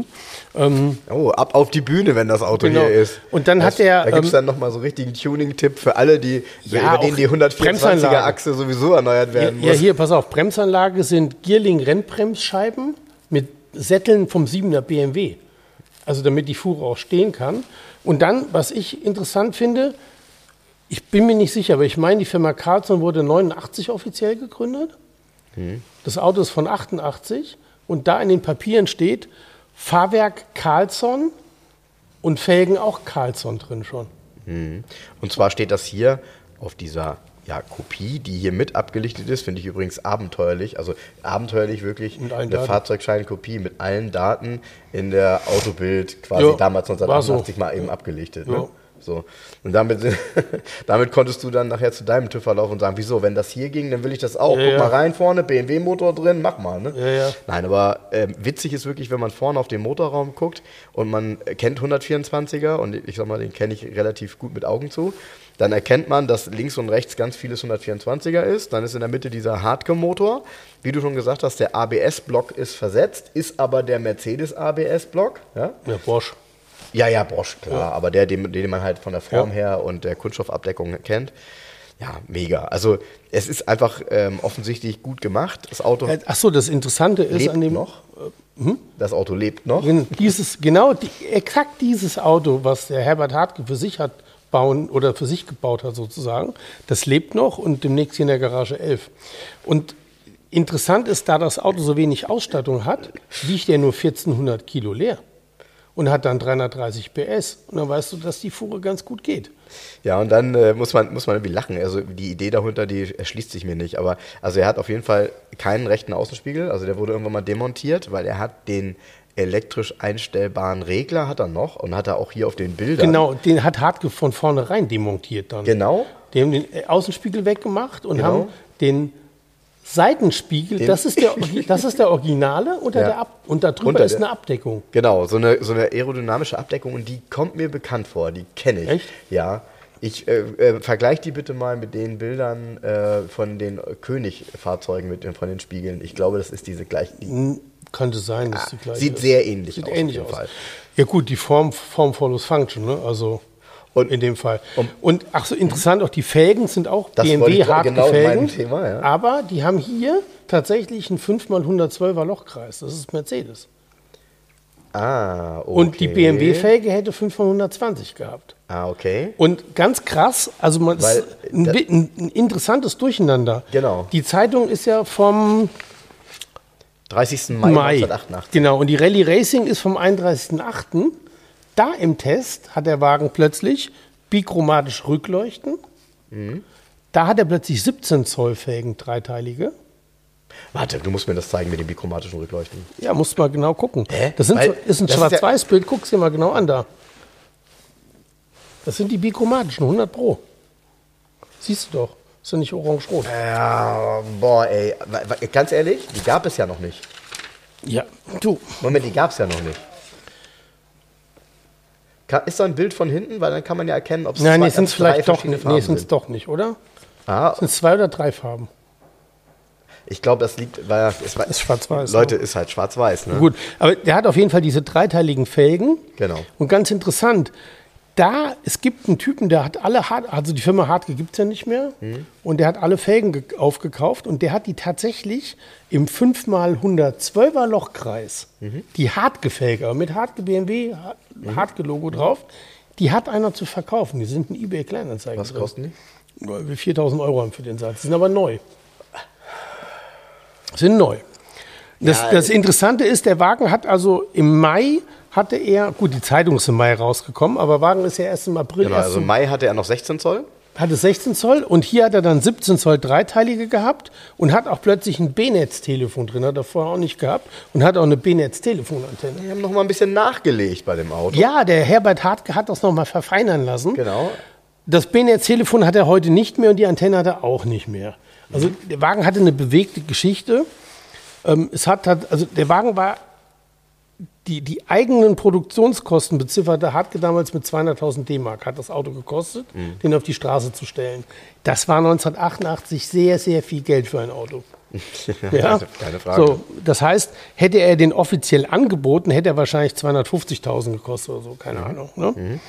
Ab auf die Bühne, wenn das Auto hier ist. Und dann hat der... Da gibt es dann nochmal so einen richtigen Tuning-Tipp für alle, über denen die 124er-Achse sowieso erneuert werden muss. Ja, hier, pass auf, Bremsanlage sind Gierling-Rennbremsscheiben mit Sätteln vom 7er BMW. Also damit die Fuhre auch stehen kann. Und dann, was ich interessant finde, ich bin mir nicht sicher, aber ich meine, die Firma Carlsson wurde 89 offiziell gegründet. Das Auto ist von 88 und da in den Papieren steht Fahrwerk Carlsson und Felgen auch Carlsson drin schon. Und zwar steht das hier auf dieser Kopie, die hier mit abgelichtet ist, finde ich übrigens abenteuerlich. Also abenteuerlich wirklich eine Fahrzeugscheinkopie mit allen Daten in der Autobild quasi damals 1988 mal eben abgelichtet. Ne? So. Und damit konntest du dann nachher zu deinem TÜV laufen und sagen, wieso, wenn das hier ging, dann will ich das auch. Guck mal rein vorne, BMW-Motor drin, mach mal. Ne? Nein, aber witzig ist wirklich, wenn man vorne auf den Motorraum guckt und man kennt 124er und ich sag mal, den kenne ich relativ gut mit Augen zu, dann erkennt man, dass links und rechts ganz vieles 124er ist. Dann ist in der Mitte dieser Hardcore-Motor. Wie du schon gesagt hast, der ABS-Block ist versetzt, ist aber der Mercedes-ABS-Block. Ja, Bosch. Ja, Bosch, klar. Aber den man halt von der Form her und der Kunststoffabdeckung kennt. Ja, mega. Also es ist einfach offensichtlich gut gemacht. Das Auto Achso, das Interessante ist an dem... noch. Das Auto lebt noch. Exakt dieses Auto, was der Herbert Hartke für sich hat bauen oder für sich gebaut hat sozusagen. Das lebt noch und demnächst hier in der Garage 11. Und interessant ist, da das Auto so wenig Ausstattung hat, wiegt er nur 1400 Kilo leer und hat dann 330 PS. Und dann weißt du, dass die Fuhre ganz gut geht. Ja, und dann muss man irgendwie lachen. Also die Idee dahinter, die erschließt sich mir nicht. Aber also er hat auf jeden Fall keinen rechten Außenspiegel. Also der wurde irgendwann mal demontiert, weil er hat den elektrisch einstellbaren Regler hat er noch und hat er auch hier auf den Bildern. Genau, den hat Hartke von vornherein demontiert dann. Genau. Die haben den Außenspiegel weggemacht und haben den Seitenspiegel, das ist der Originale und da drüber ist eine Abdeckung. Genau, so eine aerodynamische Abdeckung und die kommt mir bekannt vor, die kenne ich. Echt? Ja. Ich vergleiche die bitte mal mit den Bildern von den König-Fahrzeugen von den Spiegeln. Ich glaube, das ist diese gleiche. Könnte sein, dass die gleiche sieht ist. sehr ähnlich sieht aus. Ähnlich aus. Fall. Ja gut, die Form follows Function, ne? Also und in dem Fall. Und ach so interessant, auch die Felgen sind auch BMW-Hartke-Felgen. Genau, ja. Aber die haben hier tatsächlich einen 5x112er Lochkreis. Das ist Mercedes. Ah, okay. Und die BMW-Felge hätte 5x120 gehabt. Ah, okay. Und ganz krass, also ein interessantes Durcheinander. Genau. Die Zeitung ist ja vom 30. Mai 1988. Genau, und die Rallye Racing ist vom 31.08. Da im Test hat der Wagen plötzlich bichromatische Rückleuchten. Mhm. Da hat er plötzlich 17 Zoll Felgen, dreiteilige. Warte, du musst mir das zeigen mit den bichromatischen Rückleuchten. Ja, musst mal genau gucken. Hä? Das ist ein Schwarz-Weiß-Bild, guck es dir mal genau an da. Das sind die bichromatischen, 100 Pro. Siehst du doch, ist ja nicht orange-rot. Ja, boah, ey, ganz ehrlich, die gab es ja noch nicht. Ja, du. Moment, die gab es ja noch nicht. Ist da ein Bild von hinten? Weil dann kann man ja erkennen, ob es Nein, sind es vielleicht doch nicht. Nee, sind es doch nicht, oder? Ah. Sind es 2 oder 3 Farben? Ich glaube, das liegt, weil es ist schwarz-weiß. Leute, ist halt schwarz-weiß, ne? Gut, aber der hat auf jeden Fall diese dreiteiligen Felgen. Genau. Und ganz interessant, es gibt einen Typen, der hat alle also die Firma Hartke gibt es ja nicht mehr. Mhm. Und der hat alle Felgen aufgekauft und der hat die tatsächlich im 5x112er Lochkreis, die Hartke-Felge, aber mit Hartke BMW, Hartke-Logo drauf, die hat einer zu verkaufen. Die sind in eBay-Kleinanzeigen. Was kosten die? 4.000 € haben für den Satz. Die sind aber neu. Sind neu. Das Interessante ist, der Wagen hat also im Mai hatte er, gut, die Zeitung ist im Mai rausgekommen, aber Wagen ist ja erst im April. Genau, also im Mai hatte er noch 16 Zoll. Hatte 16 Zoll und hier hat er dann 17 Zoll dreiteilige gehabt und hat auch plötzlich ein B-Netz-Telefon drin, hat er vorher auch nicht gehabt und hat auch eine B-Netz-Telefonantenne. Die haben noch mal ein bisschen nachgelegt bei dem Auto. Ja, der Herbert Hartke hat das noch mal verfeinern lassen. Genau. Das B-Netz-Telefon hat er heute nicht mehr und die Antenne hat er auch nicht mehr. Also der Wagen hatte eine bewegte Geschichte. Der Wagen war die eigenen Produktionskosten bezifferte Hartke damals mit 200.000 D-Mark, hat das Auto gekostet, den auf die Straße zu stellen. Das war 1988 sehr, sehr viel Geld für ein Auto. Ja? Keine Frage. So, das heißt, hätte er den offiziell angeboten, hätte er wahrscheinlich 250.000 gekostet oder so, keine Ahnung. Ne?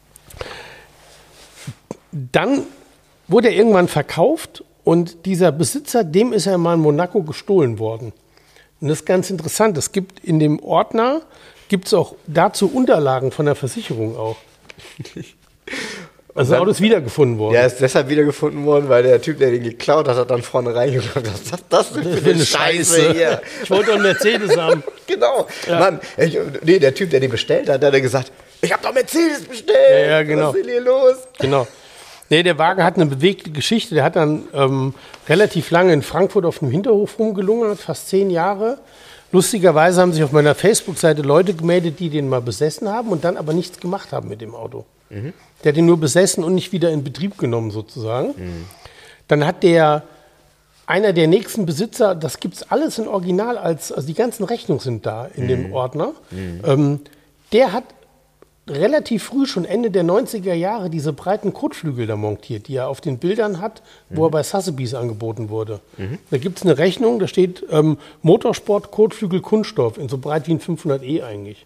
Dann wurde er irgendwann verkauft und dieser Besitzer, dem ist er mal in Monaco gestohlen worden. Und das ist ganz interessant. Es gibt in dem Ordner, gibt es auch dazu Unterlagen von der Versicherung auch. Also das Auto ist wiedergefunden worden. Ja, ist deshalb wiedergefunden worden, weil der Typ, der den geklaut hat, hat dann vorne reingekommen. Was ist das denn für eine Scheiße hier? Ich wollte doch einen Mercedes haben. Genau. Ja. Mann, der Typ, der den bestellt hat, der hat gesagt, ich habe doch Mercedes bestellt. Ja, genau. Was ist denn hier los? Genau. Nee, der Wagen hat eine bewegte Geschichte. Der hat dann relativ lange in Frankfurt auf dem Hinterhof rumgelungert, fast 10 Jahre. Lustigerweise haben sich auf meiner Facebook-Seite Leute gemeldet, die den mal besessen haben und dann aber nichts gemacht haben mit dem Auto. Der hat den nur besessen und nicht wieder in Betrieb genommen sozusagen. Dann hat einer der nächsten Besitzer, das gibt es alles in Original, also die ganzen Rechnungen sind da in dem Ordner, der hat relativ früh, schon Ende der 90er Jahre, diese breiten Kotflügel da montiert, die er auf den Bildern hat, wo er bei Sotheby's angeboten wurde. Da gibt es eine Rechnung, da steht Motorsport Kotflügel Kunststoff, in so breit wie ein 500e eigentlich.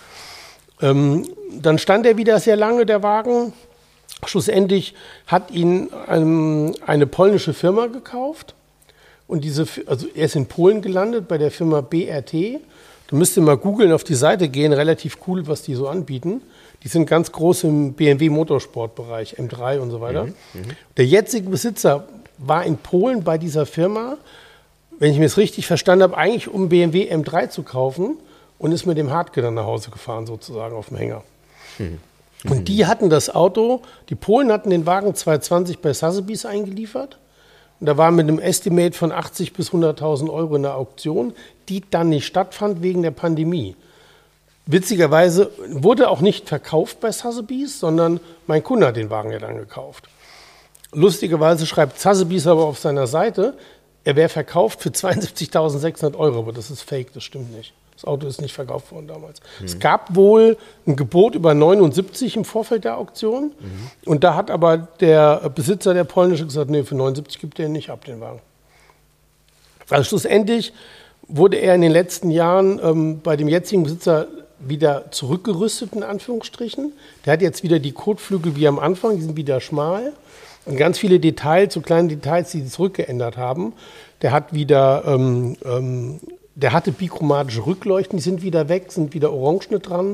Dann stand er wieder sehr lange, der Wagen. Schlussendlich hat ihn eine polnische Firma gekauft. Und er ist in Polen gelandet bei der Firma BRT. Du müsstest mal googeln, auf die Seite gehen, relativ cool, was die so anbieten. Die sind ganz groß im BMW-Motorsportbereich, M3 und so weiter. Der jetzige Besitzer war in Polen bei dieser Firma, wenn ich mir es richtig verstanden habe, eigentlich um BMW M3 zu kaufen und ist mit dem Hartke dann nach Hause gefahren, sozusagen auf dem Hänger. Und die hatten das Auto, die Polen hatten den Wagen 220 bei Sotheby's eingeliefert. Und da war mit einem Estimate von 80.000 bis 100.000 Euro in der Auktion, die dann nicht stattfand wegen der Pandemie. Witzigerweise wurde auch nicht verkauft bei Sotheby's, sondern mein Kunde hat den Wagen ja dann gekauft. Lustigerweise schreibt Sotheby's aber auf seiner Seite, er wäre verkauft für 72.600 Euro, aber das ist fake, das stimmt nicht. Das Auto ist nicht verkauft worden damals. Es gab wohl ein Gebot über 79 im Vorfeld der Auktion und da hat aber der Besitzer, der polnische, gesagt, nee, für 79 gibt er nicht ab, den Wagen. Also schlussendlich wurde er in den letzten Jahren bei dem jetzigen Besitzer wieder zurückgerüstet, in Anführungsstrichen. Der hat jetzt wieder die Kotflügel wie am Anfang, die sind wieder schmal. Und ganz viele Details, so kleine Details, die zurückgeändert haben. Der hat wieder, der hatte bichromatische Rückleuchten, die sind wieder weg, sind wieder Orangene dran.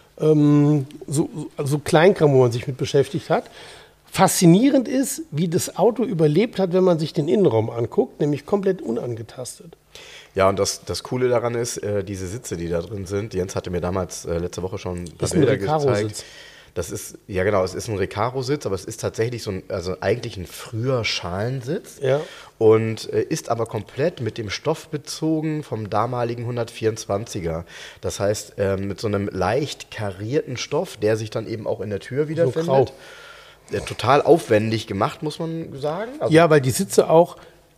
So Kleinkram, wo man sich mit beschäftigt hat. Faszinierend ist, wie das Auto überlebt hat, wenn man sich den Innenraum anguckt, nämlich komplett unangetastet. Ja, und das Coole daran ist, diese Sitze, die da drin sind. Jens hatte mir damals letzte Woche schon ein paar Bilder gezeigt. Das ist, ja genau, es ist ein Recaro-Sitz, aber es ist tatsächlich also eigentlich ein früher Schalensitz. Ja. Und ist aber komplett mit dem Stoff bezogen vom damaligen 124er. Das heißt, mit so einem leicht karierten Stoff, der sich dann eben auch in der Tür wiederfindet. So grau. Total aufwendig gemacht, muss man sagen. Also ja, weil die Sitze auch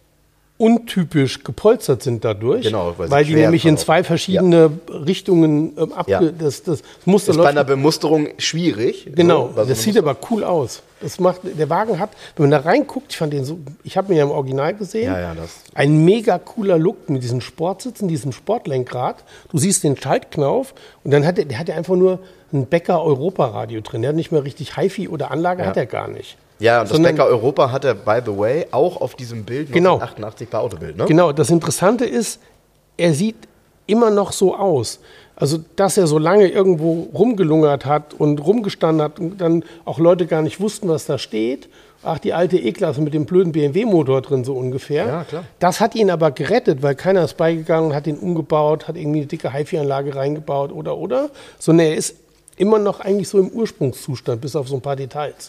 untypisch gepolstert sind dadurch, genau, weil die nämlich in zwei verschiedene Richtungen das Muster ist bei einer Bemusterung schwierig. Genau, so, das sieht aber cool aus. Das macht, der Wagen hat, wenn man da reinguckt, ich habe ihn ja im Original gesehen, ein mega cooler Look mit diesen Sportsitzen, diesem Sportlenkrad. Du siehst den Schaltknauf und dann der hat einfach nur ein Becker-Europa-Radio drin. Der hat nicht mehr richtig Hi-Fi oder Anlage, hat er gar nicht. Ja, und das Becker Europa hat er, by the way, auch auf diesem Bild 1988 bei Autobild, ne? Genau, das Interessante ist, er sieht immer noch so aus. Also, dass er so lange irgendwo rumgelungert hat und rumgestanden hat und dann auch Leute gar nicht wussten, was da steht. Ach, die alte E-Klasse mit dem blöden BMW-Motor drin, so ungefähr. Ja, klar. Das hat ihn aber gerettet, weil keiner ist beigegangen, hat ihn umgebaut, hat irgendwie eine dicke HiFi-Anlage reingebaut oder. Sondern er ist immer noch eigentlich so im Ursprungszustand, bis auf so ein paar Details.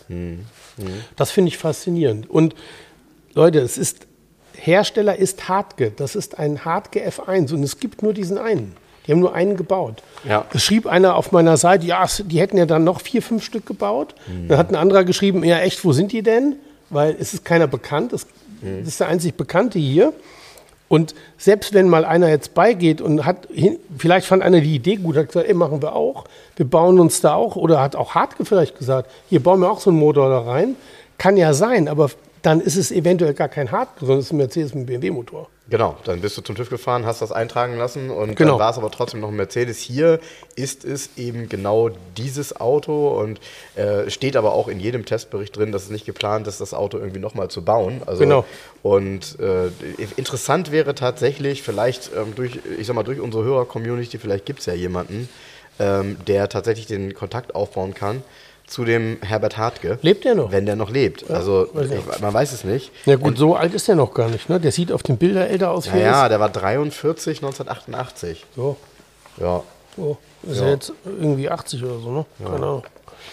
Das finde ich faszinierend. Und Leute, Hersteller ist Hartke. Das ist ein Hartke F1 und es gibt nur diesen einen. Die haben nur einen gebaut. Ja. Es schrieb einer auf meiner Seite, ja, die hätten ja dann noch 4, 5 Stück gebaut. Dann hat ein anderer geschrieben, ja echt, wo sind die denn? Weil es ist keiner bekannt. Das ist der einzig Bekannte hier. Und selbst wenn mal einer jetzt beigeht und vielleicht fand einer die Idee gut, hat gesagt, ey, machen wir auch, wir bauen uns da auch, oder hat auch Hartke vielleicht gesagt, hier bauen wir auch so einen Motor da rein. Kann ja sein, aber dann ist es eventuell gar kein Hartke, sondern es ist ein Mercedes mit einem BMW-Motor. Genau, dann bist du zum TÜV gefahren, hast das eintragen lassen und dann war es aber trotzdem noch ein Mercedes. Hier ist es eben genau dieses Auto und steht aber auch in jedem Testbericht drin, dass es nicht geplant ist, das Auto irgendwie nochmal zu bauen. Also, genau. Und interessant wäre tatsächlich, vielleicht durch unsere Hörer-Community, vielleicht gibt es ja jemanden, der tatsächlich den Kontakt aufbauen kann zu dem Herbert Hartke. Lebt der noch? Wenn der noch lebt. Ja, also man weiß es nicht. Ja gut, und so alt ist der noch gar nicht. Ne? Der sieht auf den Bildern älter aus wie Ja, der war 43, 1988. So. Ja. So. Ist er jetzt irgendwie 80 oder so, ne? Ja. Keine Ahnung.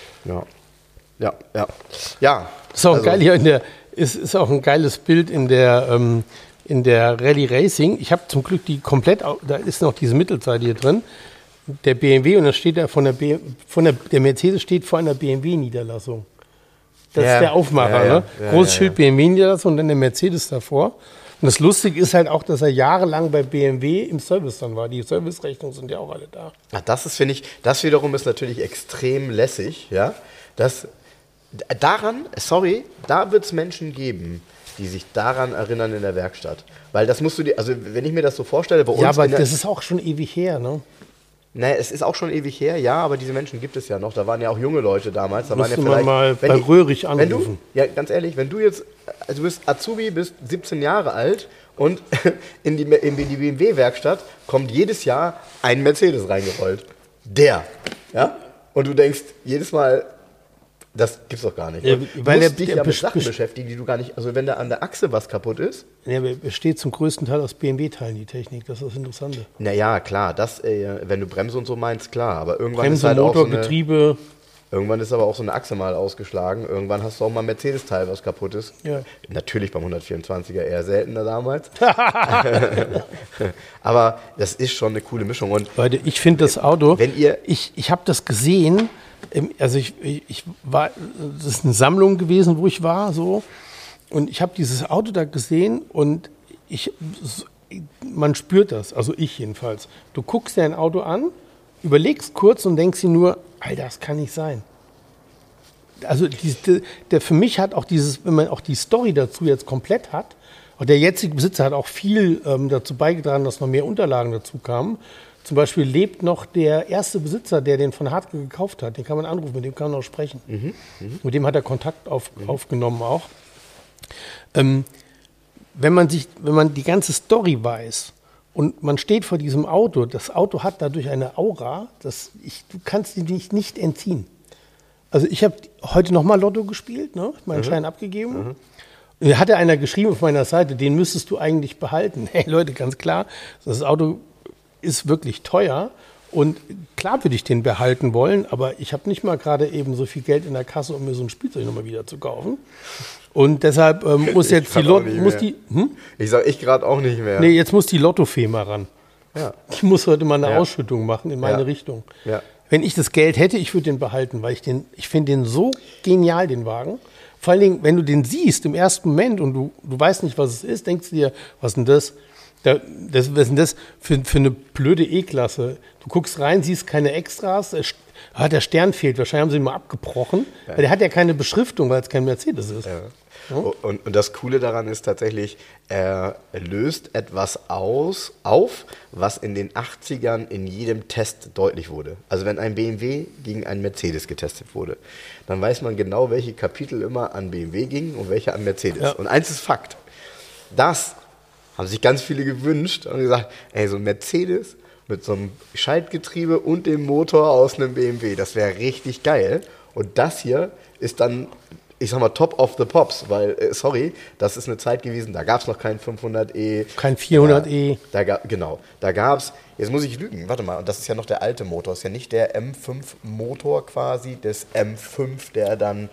Ja. Ist auch geil hier ist auch ein geiles Bild in der Rallye Racing. Ich habe zum Glück da ist noch diese Mittelseite hier drin. Der BMW und dann steht da der Mercedes steht vor einer BMW-Niederlassung. Das ist der Aufmacher, ne? Großes Schild BMW-Niederlassung und dann der Mercedes davor. Und das Lustige ist halt auch, dass er jahrelang bei BMW im Service dann war. Die Servicerechnungen sind ja auch alle da. Ach, das wiederum ist natürlich extrem lässig, ja. Da wird es Menschen geben, die sich daran erinnern in der Werkstatt. Weil das musst du dir, also wenn ich mir das so vorstelle, bei uns. Ja, aber das ist auch schon ewig her, ne? Naja, es ist auch schon ewig her, ja, aber diese Menschen gibt es ja noch. Da waren ja auch junge Leute damals. Da Müsste waren ja vielleicht, man mal bei Röhrig anrufen. Ja, ganz ehrlich, wenn du jetzt, also du bist Azubi, bist 17 Jahre alt und in die BMW-Werkstatt kommt jedes Jahr ein Mercedes reingerollt. Ja? Und du denkst jedes Mal, das gibt's doch gar nicht. Ja, weil du musst dich ja mit Sachen beschäftigen, die du gar nicht, also wenn da an der Achse was kaputt ist. Ja, besteht zum größten Teil aus BMW-Teilen, die Technik, das ist das Interessante. Naja, klar, wenn du Bremse und so meinst, klar, aber irgendwann Bremse, ist halt Motor, auch so eine, Getriebe. Irgendwann ist aber auch so eine Achse mal ausgeschlagen, irgendwann hast du auch mal ein Mercedes-Teil, was kaputt ist. Ja. Natürlich beim 124er eher seltener damals. Aber das ist schon eine coole Mischung. Und Leute, ich finde das Auto, wenn ihr ich habe das gesehen, also ich war, das ist eine Sammlung gewesen, wo ich war, so, und ich habe dieses Auto da gesehen und man spürt das, also ich jedenfalls. Du guckst dir ein Auto an, überlegst kurz und denkst dir nur, Alter, das kann nicht sein. Also für mich hat auch wenn man auch die Story dazu jetzt komplett hat, und der jetzige Besitzer hat auch viel dazu beigetragen, dass noch mehr Unterlagen dazu kamen. Zum Beispiel lebt noch der erste Besitzer, der den von Hartke gekauft hat. Den kann man anrufen, mit dem kann man auch sprechen. Mit dem hat er Kontakt aufgenommen auch. Wenn man die ganze Story weiß und man steht vor diesem Auto, das Auto hat dadurch eine Aura, du kannst die nicht entziehen. Also ich habe heute nochmal Lotto gespielt, ne? Meinen Schein abgegeben. Und da hatte einer geschrieben auf meiner Seite, den müsstest du eigentlich behalten. Hey Leute, ganz klar, das Auto ist wirklich teuer und klar würde ich den behalten wollen, aber ich habe nicht mal gerade eben so viel Geld in der Kasse, um mir so ein Spielzeug nochmal wieder zu kaufen. Und deshalb muss jetzt Ich sage ich gerade auch nicht mehr. Nee, jetzt muss die Lottofee mal ran. Ja. Ich muss heute mal eine Ausschüttung machen in meine Richtung. Ja. Wenn ich das Geld hätte, ich würde den behalten, weil ich finde den so genial, den Wagen. Vor allen Dingen, wenn du den siehst im ersten Moment und du weißt nicht, was es ist, denkst du dir, was ist denn das? Was ist denn das für eine blöde E-Klasse? Du guckst rein, siehst keine Extras, der Stern fehlt, wahrscheinlich haben sie ihn mal abgebrochen, weil der hat ja keine Beschriftung, weil es kein Mercedes ist. Ja. Und das Coole daran ist tatsächlich, er löst etwas auf, was in den 80ern in jedem Test deutlich wurde. Also wenn ein BMW gegen einen Mercedes getestet wurde, dann weiß man genau, welche Kapitel immer an BMW gingen und welche an Mercedes. Ja. Und eins ist Fakt, das haben sich ganz viele gewünscht und gesagt, ey, so ein Mercedes mit so einem Schaltgetriebe und dem Motor aus einem BMW, das wäre richtig geil. Und das hier ist dann, ich sag mal, top of the pops, weil, das ist eine Zeit gewesen, da gab es noch kein 500e. Kein 400e. Da gab es, jetzt muss ich lügen, warte mal, und das ist ja noch der alte Motor, das ist ja nicht der M5-Motor quasi, des M5, der dann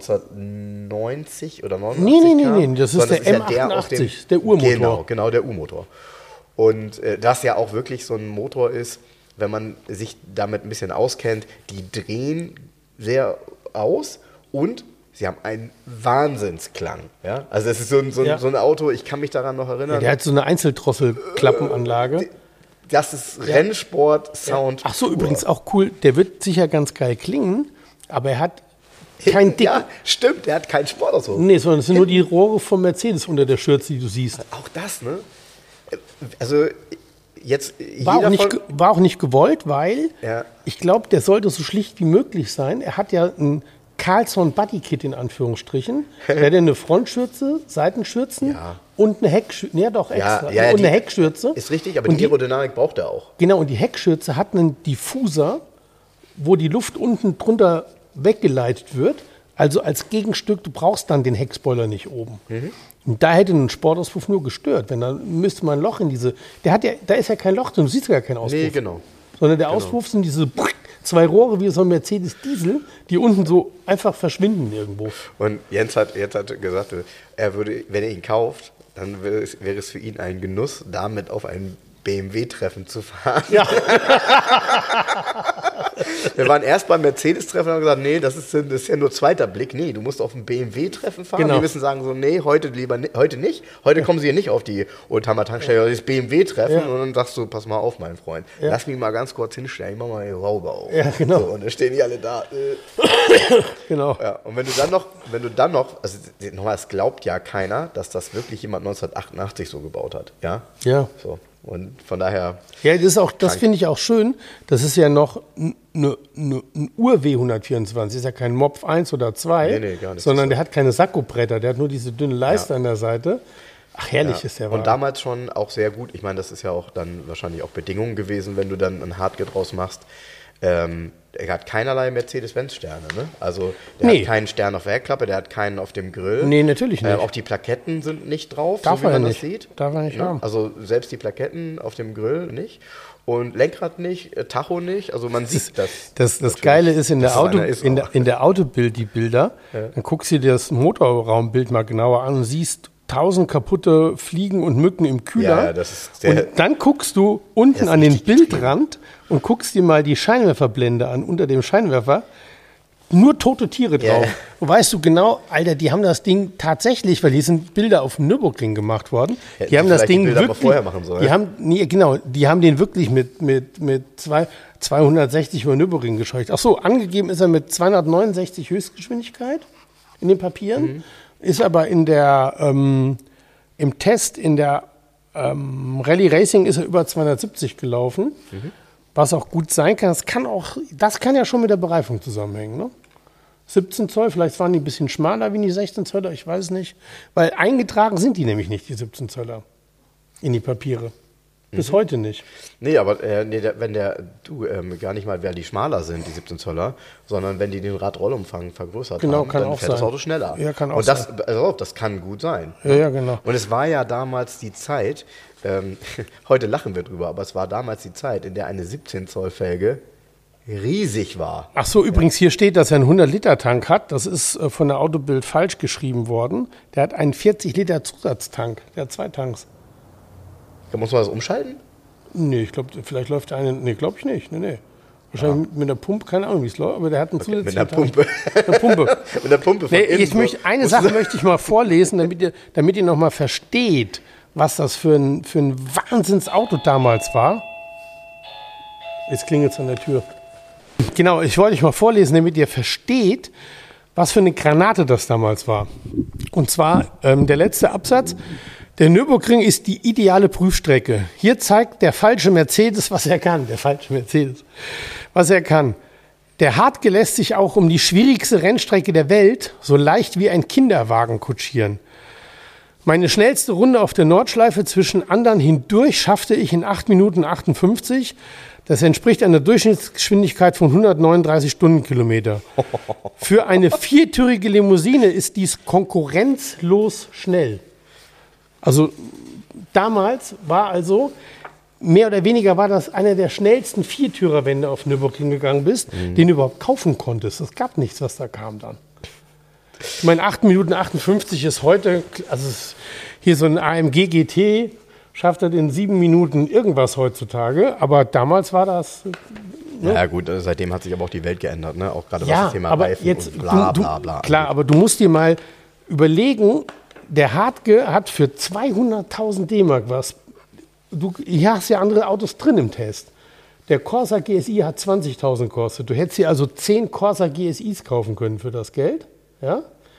1990 oder 89 Nee, das ist der M88, der Urmotor. Genau, der U-Motor. Und das ja auch wirklich so ein Motor ist, wenn man sich damit ein bisschen auskennt, die drehen sehr aus und sie haben einen Wahnsinnsklang. Ja? Also es ist so ein Auto, ich kann mich daran noch erinnern. Ja, der hat so eine Einzeldrosselklappenanlage. Das ist Rennsport-Sound. Ach so, übrigens auch cool, der wird sicher ganz geil klingen, aber er hat kein Dick. Ja, stimmt, der hat keinen Sportauspuff. Nee, sondern es sind nur die Rohre vom Mercedes unter der Schürze, die du siehst. Auch das, ne? Also jetzt war auch nicht gewollt, weil ich glaube, der sollte so schlicht wie möglich sein. Er hat ja ein Carlsson Bodykit in Anführungsstrichen. Der hat eine Frontschürze, Seitenschürzen und eine Heckschürze. Ja, doch, extra. Und eine Heckschürze. Ist richtig, aber die Aerodynamik braucht er auch. Genau, und die Heckschürze hat einen Diffuser, wo die Luft unten drunter weggeleitet wird. Also als Gegenstück, du brauchst dann den Heckspoiler nicht oben. Und da hätte ein Sportauspuff nur gestört. Wenn dann müsste man ein Loch in diese. Da ist ja kein Loch drin, du siehst ja keinen Auspuff. Nee, genau. Sondern der Auspuff sind diese zwei Rohre wie so ein Mercedes Diesel, die unten so einfach verschwinden irgendwo. Und Jens hat gesagt, er würde, wenn er ihn kauft, dann wäre es für ihn ein Genuss, damit auf ein BMW-Treffen zu fahren. Ja. Wir waren erst beim Mercedes-Treffen und haben gesagt, nee, das ist ja nur zweiter Blick. Nee, du musst auf ein BMW-Treffen fahren. Genau. Wir müssen sagen so, nee, heute nicht. Heute kommen sie hier nicht auf die Oldtimer-Tankstelle, das BMW-Treffen. Ja. Und dann sagst du, pass mal auf, mein Freund. Ja. Lass mich mal ganz kurz hinstellen, ich mach mal die Haube auf. Ja, genau. So, und dann stehen die alle da. Genau. Ja, und wenn du dann noch, also nochmal, es glaubt ja keiner, dass das wirklich jemand 1988 so gebaut hat. Ja? Ja. So. Und von daher... Ja, das finde ich auch schön. Das ist ja noch ein Ur-W124. Das ist ja kein Mopf 1 oder 2, Nee, gar nicht. sondern der hat keine Sakkobretter. Der hat nur diese dünne Leiste an der Seite. Ach, herrlich ist der Wagen. Und damals schon auch sehr gut. Ich meine, das ist ja auch dann wahrscheinlich auch Bedingungen gewesen, wenn du dann ein Hardge draus machst. Er hat keinerlei Mercedes-Benz-Sterne, ne? Also der hat keinen Stern auf der Heckklappe, der hat keinen auf dem Grill. Nee, natürlich nicht. Auch die Plaketten sind nicht drauf, Darf so wie er man nicht. das sieht. Darf er nicht haben. Also selbst die Plaketten auf dem Grill nicht. Und Lenkrad nicht, Tacho nicht. Also man sieht das. Das Geile ist in der Autobild, die Bilder, dann guckst du dir das Motorraumbild mal genauer an und siehst 1000 kaputte Fliegen und Mücken im Kühler. Ja, das ist sehr, und dann guckst du unten an den Bildrand und guckst dir mal die Scheinwerferblende an, unter dem Scheinwerfer. Nur tote Tiere drauf. Und weißt du genau, Alter, die haben das Ding tatsächlich, weil hier sind Bilder auf dem Nürburgring gemacht worden. Die haben das Ding wirklich vorher machen sollen. Die haben den wirklich mit 260 über Nürburgring gescheucht. Ach so, angegeben ist er mit 269 Höchstgeschwindigkeit in den Papieren. Ist aber im Test, in der Rallye Racing ist er über 270 gelaufen, was auch gut sein kann. Das kann ja schon mit der Bereifung zusammenhängen, ne? 17 Zoll, vielleicht waren die ein bisschen schmaler wie die 16 Zöller, ich weiß es nicht. Weil eingetragen sind die nämlich nicht, die 17 Zöller, in die Papiere. Bis heute nicht. Nee, aber gar nicht mal, wer die schmaler sind, die 17 Zöller, sondern wenn die den Radrollumfang vergrößert haben, dann fährt das Auto schneller. Ja, kann auch und sein. Das kann gut sein. Ja, genau. Und es war ja damals die Zeit, heute lachen wir drüber, aber es war damals die Zeit, in der eine 17 Zoll Felge riesig war. Ach so, übrigens, hier steht, dass er einen 100-Liter-Tank hat. Das ist von der Autobild falsch geschrieben worden. Der hat einen 40-Liter-Zusatztank. Der hat 2 Tanks. Muss man das umschalten? Nee, ich glaube, vielleicht läuft der eine. Nee, glaube ich nicht. Nee. Wahrscheinlich mit einer Pumpe, keine Ahnung, wie es läuft, aber der hat einen zusätzlichen mit einer Pumpe. Eine Pumpe. Mit einer Pumpe von innen. Eine Sache möchte ich mal vorlesen, damit ihr noch mal versteht, was das für ein Wahnsinnsauto damals war. Jetzt klingelt es an der Tür. Genau, ich wollte euch mal vorlesen, damit ihr versteht, was für eine Granate das damals war. Und zwar der letzte Absatz. Der Nürburgring ist die ideale Prüfstrecke. Hier zeigt der falsche Mercedes, was er kann. Der falsche Mercedes, was er kann. Der Hardge lässt sich auch um die schwierigste Rennstrecke der Welt so leicht wie ein Kinderwagen kutschieren. Meine schnellste Runde auf der Nordschleife zwischen Andern hindurch schaffte ich in 8 Minuten 58. Das entspricht einer Durchschnittsgeschwindigkeit von 139 Stundenkilometer. Für eine 4-türige Limousine ist dies konkurrenzlos schnell. Also damals war mehr oder weniger war das einer der schnellsten 4-Türer, wenn du auf Nürburgring gegangen bist, den du überhaupt kaufen konntest. Es gab nichts, was da kam dann. Ich meine, 8 Minuten 58 ist heute, hier so ein AMG GT schafft das in 7 Minuten irgendwas heutzutage, aber damals war das... Ne? Ja gut, seitdem hat sich aber auch die Welt geändert, ne? Auch gerade was Ja, das Thema aber Reifen jetzt, und bla bla bla. Klar, aber du musst dir mal überlegen, der Hardge hat für 200.000 D-Mark was. Hier hast ja andere Autos drin im Test. Der Corsa GSI hat 20.000 gekostet. Du hättest hier also 10 Corsa GSIs kaufen können für das Geld. Ja?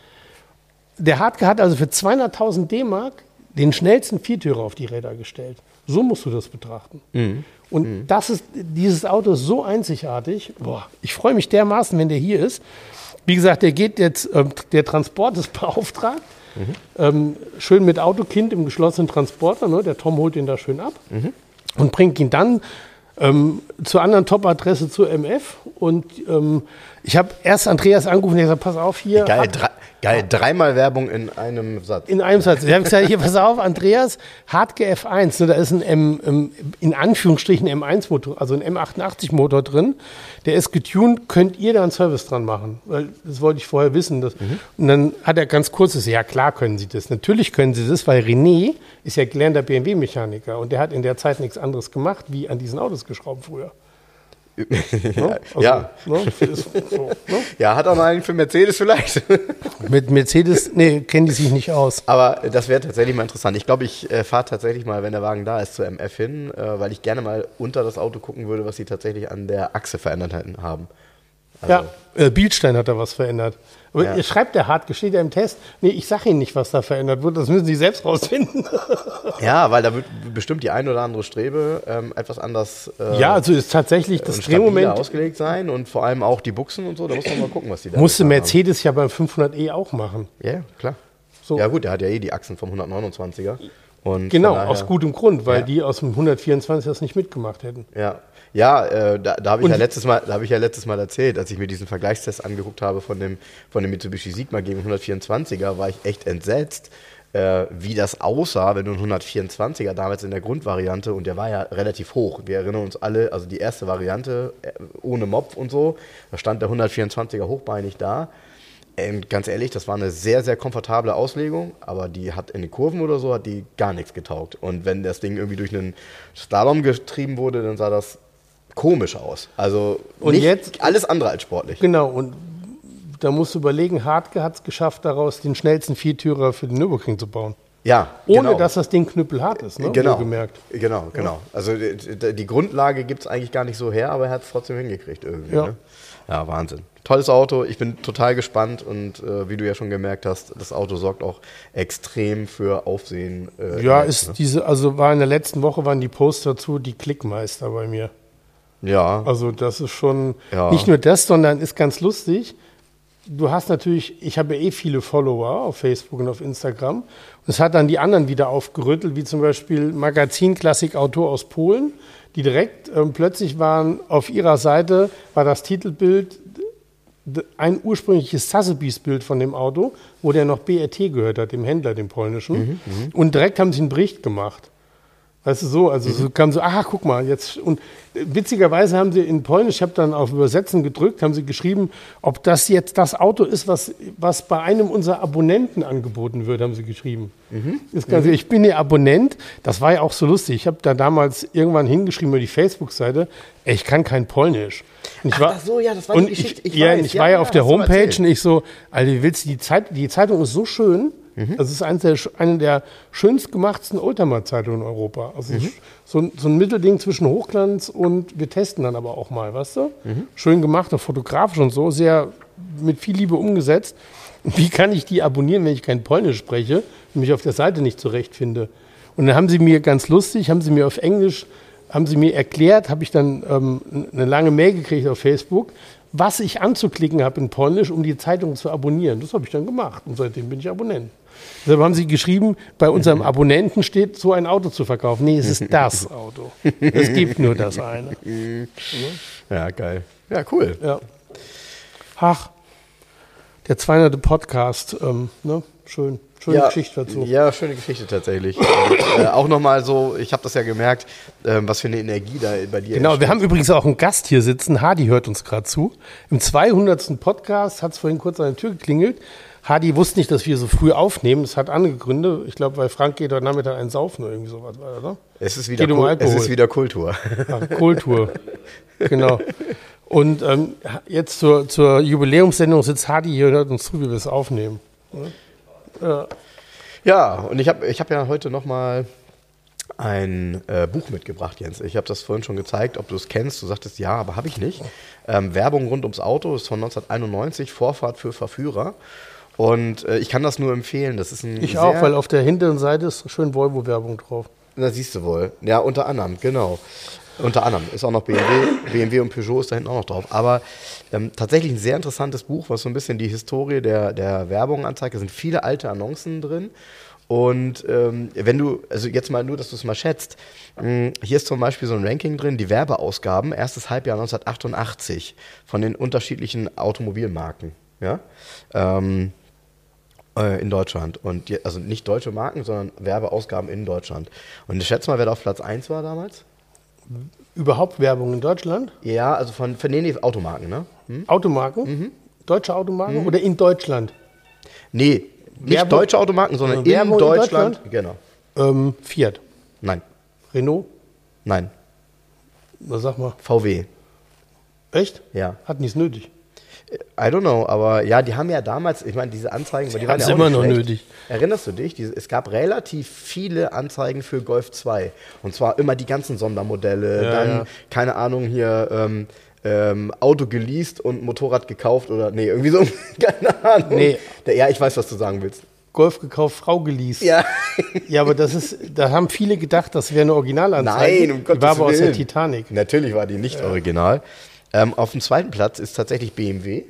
Der Hardge hat also für 200.000 D-Mark den schnellsten 4-Türer auf die Räder gestellt. So musst du das betrachten. Und dieses Auto ist so einzigartig. Boah, ich freue mich dermaßen, wenn der hier ist. Wie gesagt, der Transport ist beauftragt. Schön mit Autokind im geschlossenen Transporter. Ne? Der Tom holt ihn da schön ab und bringt ihn dann zur anderen Top-Adresse zur MF. Und ich habe erst Andreas angerufen und gesagt, pass auf hier. Geil, 3-mal Werbung in einem Satz. In einem Satz. Ich habe gesagt, hier, pass auf, Andreas, Hardge F1, ne, da ist ein in Anführungsstrichen M1-Motor, also ein M88-Motor drin. Der ist getuned, könnt ihr da einen Service dran machen? Weil das wollte ich vorher wissen. Und dann hat er ganz kurz gesagt, ja klar können Sie das. Natürlich können Sie das, weil René ist ja gelernter BMW-Mechaniker und der hat in der Zeit nichts anderes gemacht, wie an diesen Autos geschraubt früher. Ne? Ja, hat auch mal einen für Mercedes vielleicht. Mit Mercedes, kennen die sich nicht aus. Aber das wäre tatsächlich mal interessant. Ich glaube, ich fahre tatsächlich mal, wenn der Wagen da ist, zur MF hin, weil ich gerne mal unter das Auto gucken würde, was sie tatsächlich an der Achse verändert haben. Also, ja, Bilstein hat da was verändert. Aber ihr schreibt der hart, steht ja im Test. Nee, ich sage Ihnen nicht, was da verändert wird. Das müssen Sie selbst rausfinden. ja, weil da wird bestimmt die ein oder andere Strebe etwas anders ja, also ist tatsächlich das Drehmoment ausgelegt sein und vor allem auch die Buchsen und so. Da muss man mal gucken, was die da musste Mercedes ja beim 500e auch machen. Ja, klar. So. Ja gut, der hat ja die Achsen vom 129er. Und genau, aus gutem Grund, weil die aus dem 124 das nicht mitgemacht hätten. Ja, da habe ich ja letztes Mal erzählt, als ich mir diesen Vergleichstest angeguckt habe von dem Mitsubishi Sigma gegen 124er, war ich echt entsetzt, wie das aussah, wenn du einen 124er damals in der Grundvariante, und der war ja relativ hoch. Wir erinnern uns alle, also die erste Variante ohne Mopf und so, da stand der 124er hochbeinig da. Ganz ehrlich, das war eine sehr, sehr komfortable Auslegung, aber die hat in den Kurven oder so, hat die gar nichts getaugt. Und wenn das Ding irgendwie durch einen Slalom getrieben wurde, dann sah das komisch aus. Also und jetzt alles andere als sportlich. Genau, und da musst du überlegen, Hartke hat es geschafft, daraus den schnellsten Viertürer für den Nürburgring zu bauen. Ja, ohne dass das Ding knüppelhart ist, ne? Genau. Gemerkt. Genau. Also die Grundlage gibt es eigentlich gar nicht so her, aber er hat es trotzdem hingekriegt irgendwie. Ja. Ne? Ja, Wahnsinn. Tolles Auto, ich bin total gespannt und wie du ja schon gemerkt hast, das Auto sorgt auch extrem für Aufsehen. War in der letzten Woche waren die Posts dazu die Klickmeister bei mir. Ja. Also das ist schon nicht nur das, sondern ist ganz lustig. Du hast natürlich, ich habe ja viele Follower auf Facebook und auf Instagram. Und es hat dann die anderen wieder aufgerüttelt, wie zum Beispiel Magazin Klassik Auto aus Polen, die direkt plötzlich waren, auf ihrer Seite war das Titelbild ein ursprüngliches Sotheby's-Bild von dem Auto, wo der noch BRT gehört hat, dem Händler, dem polnischen. Und direkt haben sie einen Bericht gemacht. Weißt du, so, also so kam so, guck mal, jetzt, und witzigerweise haben sie in Polnisch, ich habe dann auf Übersetzen gedrückt, haben sie geschrieben, ob das jetzt das Auto ist, was bei einem unserer Abonnenten angeboten wird, haben sie geschrieben. Ich bin ihr Abonnent, das war ja auch so lustig, ich habe da damals irgendwann hingeschrieben über die Facebook-Seite, ich kann kein Polnisch. Und das war die Geschichte. Ich war ja auf der Homepage und ich so, Alter, wie willst du die Zeitung ist so schön. Das ist eine der schönst gemachtsten Oldtimer-Zeitungen in Europa. Also so ein Mittelding zwischen Hochglanz und wir testen dann aber auch mal, weißt du? Schön gemacht, auch fotografisch und so, sehr mit viel Liebe umgesetzt. Wie kann ich die abonnieren, wenn ich kein Polnisch spreche und mich auf der Seite nicht zurechtfinde? Und dann haben sie mir ganz lustig, auf Englisch erklärt, habe ich dann eine lange Mail gekriegt auf Facebook, was ich anzuklicken habe in Polnisch, um die Zeitung zu abonnieren. Das habe ich dann gemacht und seitdem bin ich Abonnent. Deshalb haben sie geschrieben, bei unserem Abonnenten steht, so ein Auto zu verkaufen. Nee, es ist das Auto. Es gibt nur das eine. Ja, geil. Ja, cool. Ja. Ach, der 200. Podcast, schön. Schöne Geschichte dazu. Ja, schöne Geschichte tatsächlich. Und, auch nochmal so, ich habe das ja gemerkt, was für eine Energie da bei dir ist. Genau, wir haben übrigens auch einen Gast hier sitzen. Hadi hört uns gerade zu. Im 200. Podcast hat es vorhin kurz an der Tür geklingelt. Hadi wusste nicht, dass wir so früh aufnehmen. Das hat andere Gründe. Ich glaube, weil Frank geht heute Nachmittag einen saufen oder irgendwie sowas, oder? Es ist wieder Kultur. Ach, Kultur, genau. Und jetzt zur Jubiläumssendung sitzt Hadi hier und hört uns zu, wie wir es aufnehmen. Ja, und ich hab ja heute nochmal ein Buch mitgebracht, Jens. Ich habe das vorhin schon gezeigt, ob du es kennst. Du sagtest, ja, aber habe ich nicht. Werbung rund ums Auto ist von 1991, Vorfahrt für Verführer. Und ich kann das nur empfehlen. Das ist ich auch, weil auf der hinteren Seite ist schön Volvo-Werbung drauf. Da siehst du wohl. Ja, unter anderem, genau. Unter anderem ist auch noch BMW und Peugeot ist da hinten auch noch drauf. Aber tatsächlich ein sehr interessantes Buch, was so ein bisschen die Historie der Werbung anzeigt. Da sind viele alte Annoncen drin. Und wenn du, also jetzt mal nur, dass du es mal schätzt, hier ist zum Beispiel so ein Ranking drin, die Werbeausgaben, erstes Halbjahr 1988 von den unterschiedlichen Automobilmarken. Ja? In Deutschland. Und also nicht deutsche Marken, sondern Werbeausgaben in Deutschland. Und ich schätze mal, wer da auf Platz 1 war damals? Überhaupt Werbung in Deutschland? Ja, also von Automarken, ne? Automarken? Deutsche Automarken oder in Deutschland? Nee, nicht Werbung, deutsche Automarken, sondern Werbung in Deutschland. Genau. Fiat? Nein. Renault? Nein. Na, sag mal. VW. Echt? Ja. Hat nichts nötig. I don't know, aber ja, die haben ja damals, ich meine, diese Anzeigen, die waren ja auch immer nicht noch schlecht. nötig. Erinnerst du dich? Es gab relativ viele Anzeigen für Golf 2. Und zwar immer die ganzen Sondermodelle, keine Ahnung, hier Auto geleast und Motorrad gekauft oder nee, irgendwie so, keine Ahnung. Nee. Ja, ich weiß, was du sagen willst. Golf gekauft, Frau geleast. Ja. Ja, aber da haben viele gedacht, das wäre eine Originalanzeige. Nein, um Gottes Die war aber aus der Willen. Titanic. Natürlich war die nicht original. Auf dem zweiten Platz ist tatsächlich BMW.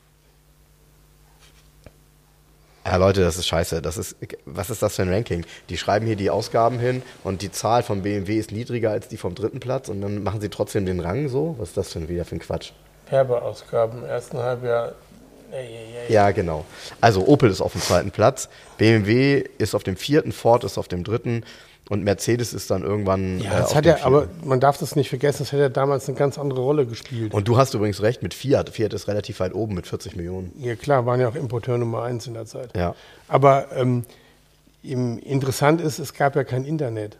Ja, Leute, das ist scheiße. Was ist das für ein Ranking? Die schreiben hier die Ausgaben hin und die Zahl von BMW ist niedriger als die vom dritten Platz und dann machen sie trotzdem den Rang so? Was ist das denn wieder für ein Quatsch? Werbeausgaben im ersten Halbjahr. Ja, genau. Also Opel ist auf dem zweiten Platz, BMW ist auf dem vierten, Ford ist auf dem dritten und Mercedes ist dann irgendwann Ja, das auf hat dem ja, aber vierten. man darf das nicht vergessen, das hat ja damals eine ganz andere Rolle gespielt. Und du hast übrigens recht mit Fiat. Fiat ist relativ weit oben mit 40 Millionen. Ja klar, waren ja auch Importeur Nummer 1 in der Zeit. Ja. Aber interessant ist, es gab ja kein Internet.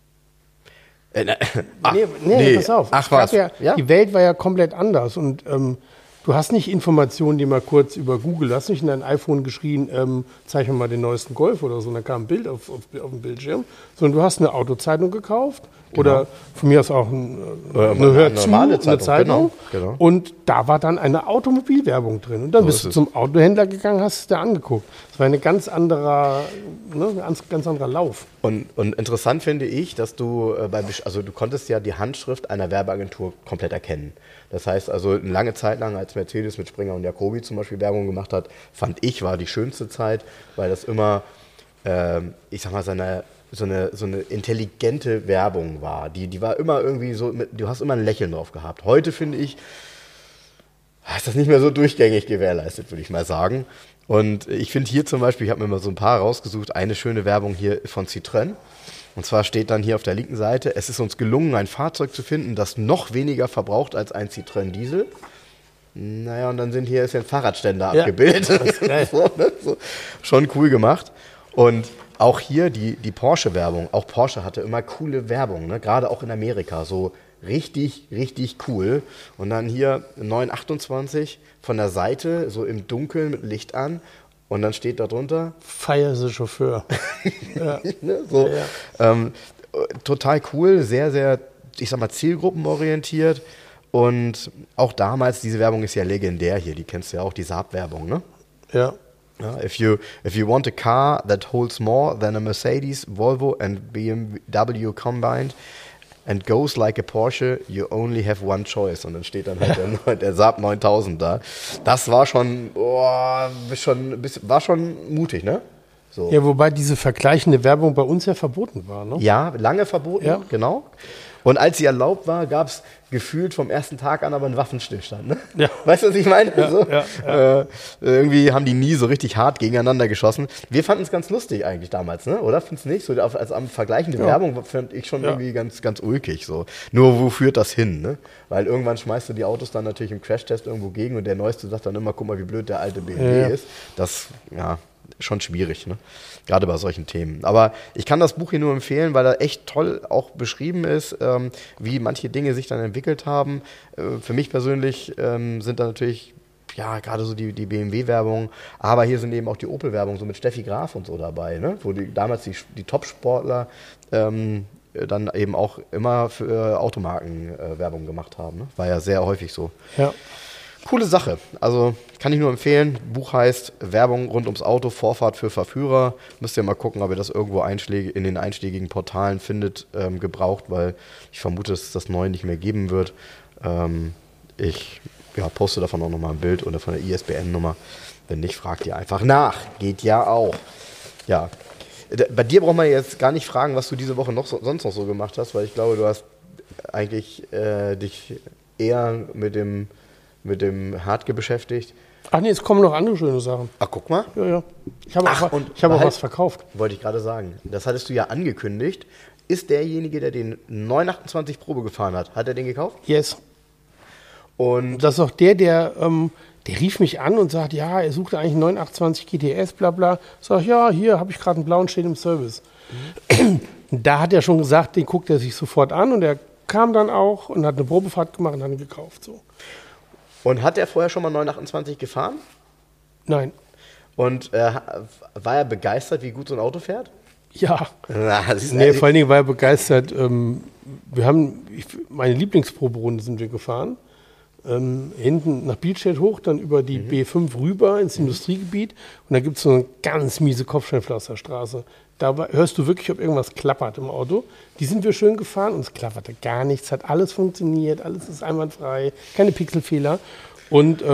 Nee, pass auf. Ach Es gab was. Ja, die Welt war ja komplett anders und du hast nicht Informationen, die mal kurz über Google, du hast nicht in dein iPhone geschrien, zeig mir mal den neuesten Golf oder so, und dann kam ein Bild auf dem Bildschirm, sondern du hast eine Autozeitung gekauft oder von mir aus auch eine normale Zeitung, genau. Und da war dann eine Automobilwerbung drin und dann So bist ist du es. zum Autohändler gegangen, hast es dir angeguckt. Das war ein ganz anderer Lauf. Und interessant finde ich, dass du du konntest ja die Handschrift einer Werbeagentur komplett erkennen. Das heißt also, eine lange Zeit lang, als Mercedes mit Springer und Jacobi zum Beispiel Werbung gemacht hat, fand ich, war die schönste Zeit, weil das immer, ich sag mal, so eine intelligente Werbung war. Die war immer irgendwie so, du hast immer ein Lächeln drauf gehabt. Heute finde ich, ist das nicht mehr so durchgängig gewährleistet, würde ich mal sagen. Und ich finde hier zum Beispiel, ich habe mir mal so ein paar rausgesucht, eine schöne Werbung hier von Citroën. Und zwar steht dann hier auf der linken Seite, es ist uns gelungen, ein Fahrzeug zu finden, das noch weniger verbraucht als ein Citroën Diesel. Naja, und dann ist hier ein Fahrradständer abgebildet. das ist geil. So, schon cool gemacht. Und auch hier die Porsche-Werbung. Auch Porsche hatte immer coole Werbung, ne? Gerade auch in Amerika. So richtig, richtig cool. Und dann hier 928 von der Seite, so im Dunkeln mit Licht an. Und dann steht da drunter, Feier the Chauffeur. Ja. ne, so, Ja. Total cool, sehr, sehr, ich sag mal, zielgruppenorientiert. Und auch damals, diese Werbung ist ja legendär hier, die kennst du ja auch, die Saab-Werbung, ne? Ja. Ja, if you want a car that holds more than a Mercedes, Volvo and BMW combined and goes like a Porsche, you only have one choice. Und dann steht dann halt der Saab 9000 da. Das war schon mutig, ne? So. Ja, wobei diese vergleichende Werbung bei uns ja verboten war, ne? Ja, lange verboten, Ja. genau. Und als sie erlaubt war, gab es gefühlt vom ersten Tag an aber einen Waffenstillstand. Ne? Ja. Weißt du, was ich meine? Ja, so? ja. Irgendwie haben die nie so richtig hart gegeneinander geschossen. Wir fanden es ganz lustig eigentlich damals, ne? Oder? Findest du nicht? So als am vergleichende Werbung fand ich schon irgendwie ganz, ganz ulkig. So. Nur wo führt das hin? Ne? Weil irgendwann schmeißt du die Autos dann natürlich im Crashtest irgendwo gegen und der Neueste sagt dann immer, guck mal, wie blöd der alte BMW ist. Das, schon schwierig, ne? Gerade bei solchen Themen. Aber ich kann das Buch hier nur empfehlen, weil da echt toll auch beschrieben ist, wie manche Dinge sich dann entwickelt haben. Für mich persönlich sind da natürlich gerade so die BMW-Werbung, aber hier sind eben auch die Opel-Werbung, so mit Steffi Graf und so dabei, ne? Wo damals die Top-Sportler dann eben auch immer für Automarken Werbung gemacht haben. Ne? War ja sehr häufig so. Ja. Coole Sache. Also kann ich nur empfehlen. Buch heißt Werbung rund ums Auto, Vorfahrt für Verführer. Müsst ihr mal gucken, ob ihr das irgendwo in den einschlägigen Portalen findet, gebraucht, weil ich vermute, dass es das neu nicht mehr geben wird. Ich poste davon auch nochmal ein Bild oder von der ISBN-Nummer. Wenn nicht, fragt ihr einfach nach. Geht ja auch. Ja. Bei dir braucht man jetzt gar nicht fragen, was du diese Woche sonst noch so gemacht hast, weil ich glaube, du hast eigentlich dich eher mit dem Hartge beschäftigt. Ach nee, es kommen noch andere schöne Sachen. Ach, guck mal. Ja. Ich habe auch was verkauft. Wollte ich gerade sagen. Das hattest du ja angekündigt. Ist derjenige, der den 928 Probe gefahren hat, hat er den gekauft? Yes. Und Das ist auch der rief mich an und sagt, ja, er suchte eigentlich einen 928 GTS, bla bla. Sag ich, ja, hier habe ich gerade einen blauen, steht im Service. Da hat er schon gesagt, den guckt er sich sofort an und er kam dann auch und hat eine Probefahrt gemacht und hat ihn gekauft. So. Und hat er vorher schon mal 928 gefahren? Nein. Und war er begeistert, wie gut so ein Auto fährt? Ja. Na, das ist Nee, vor allen Dingen war er begeistert. Meine Lieblingsproberunde sind wir gefahren. hinten nach Bielstedt hoch, dann über die B5 rüber ins Industriegebiet und da gibt es so eine ganz miese Kopfsteinpflasterstraße. Da hörst du wirklich, ob irgendwas klappert im Auto. Die sind wir schön gefahren und es klapperte gar nichts, hat alles funktioniert, alles ist einwandfrei, keine Pixelfehler. Und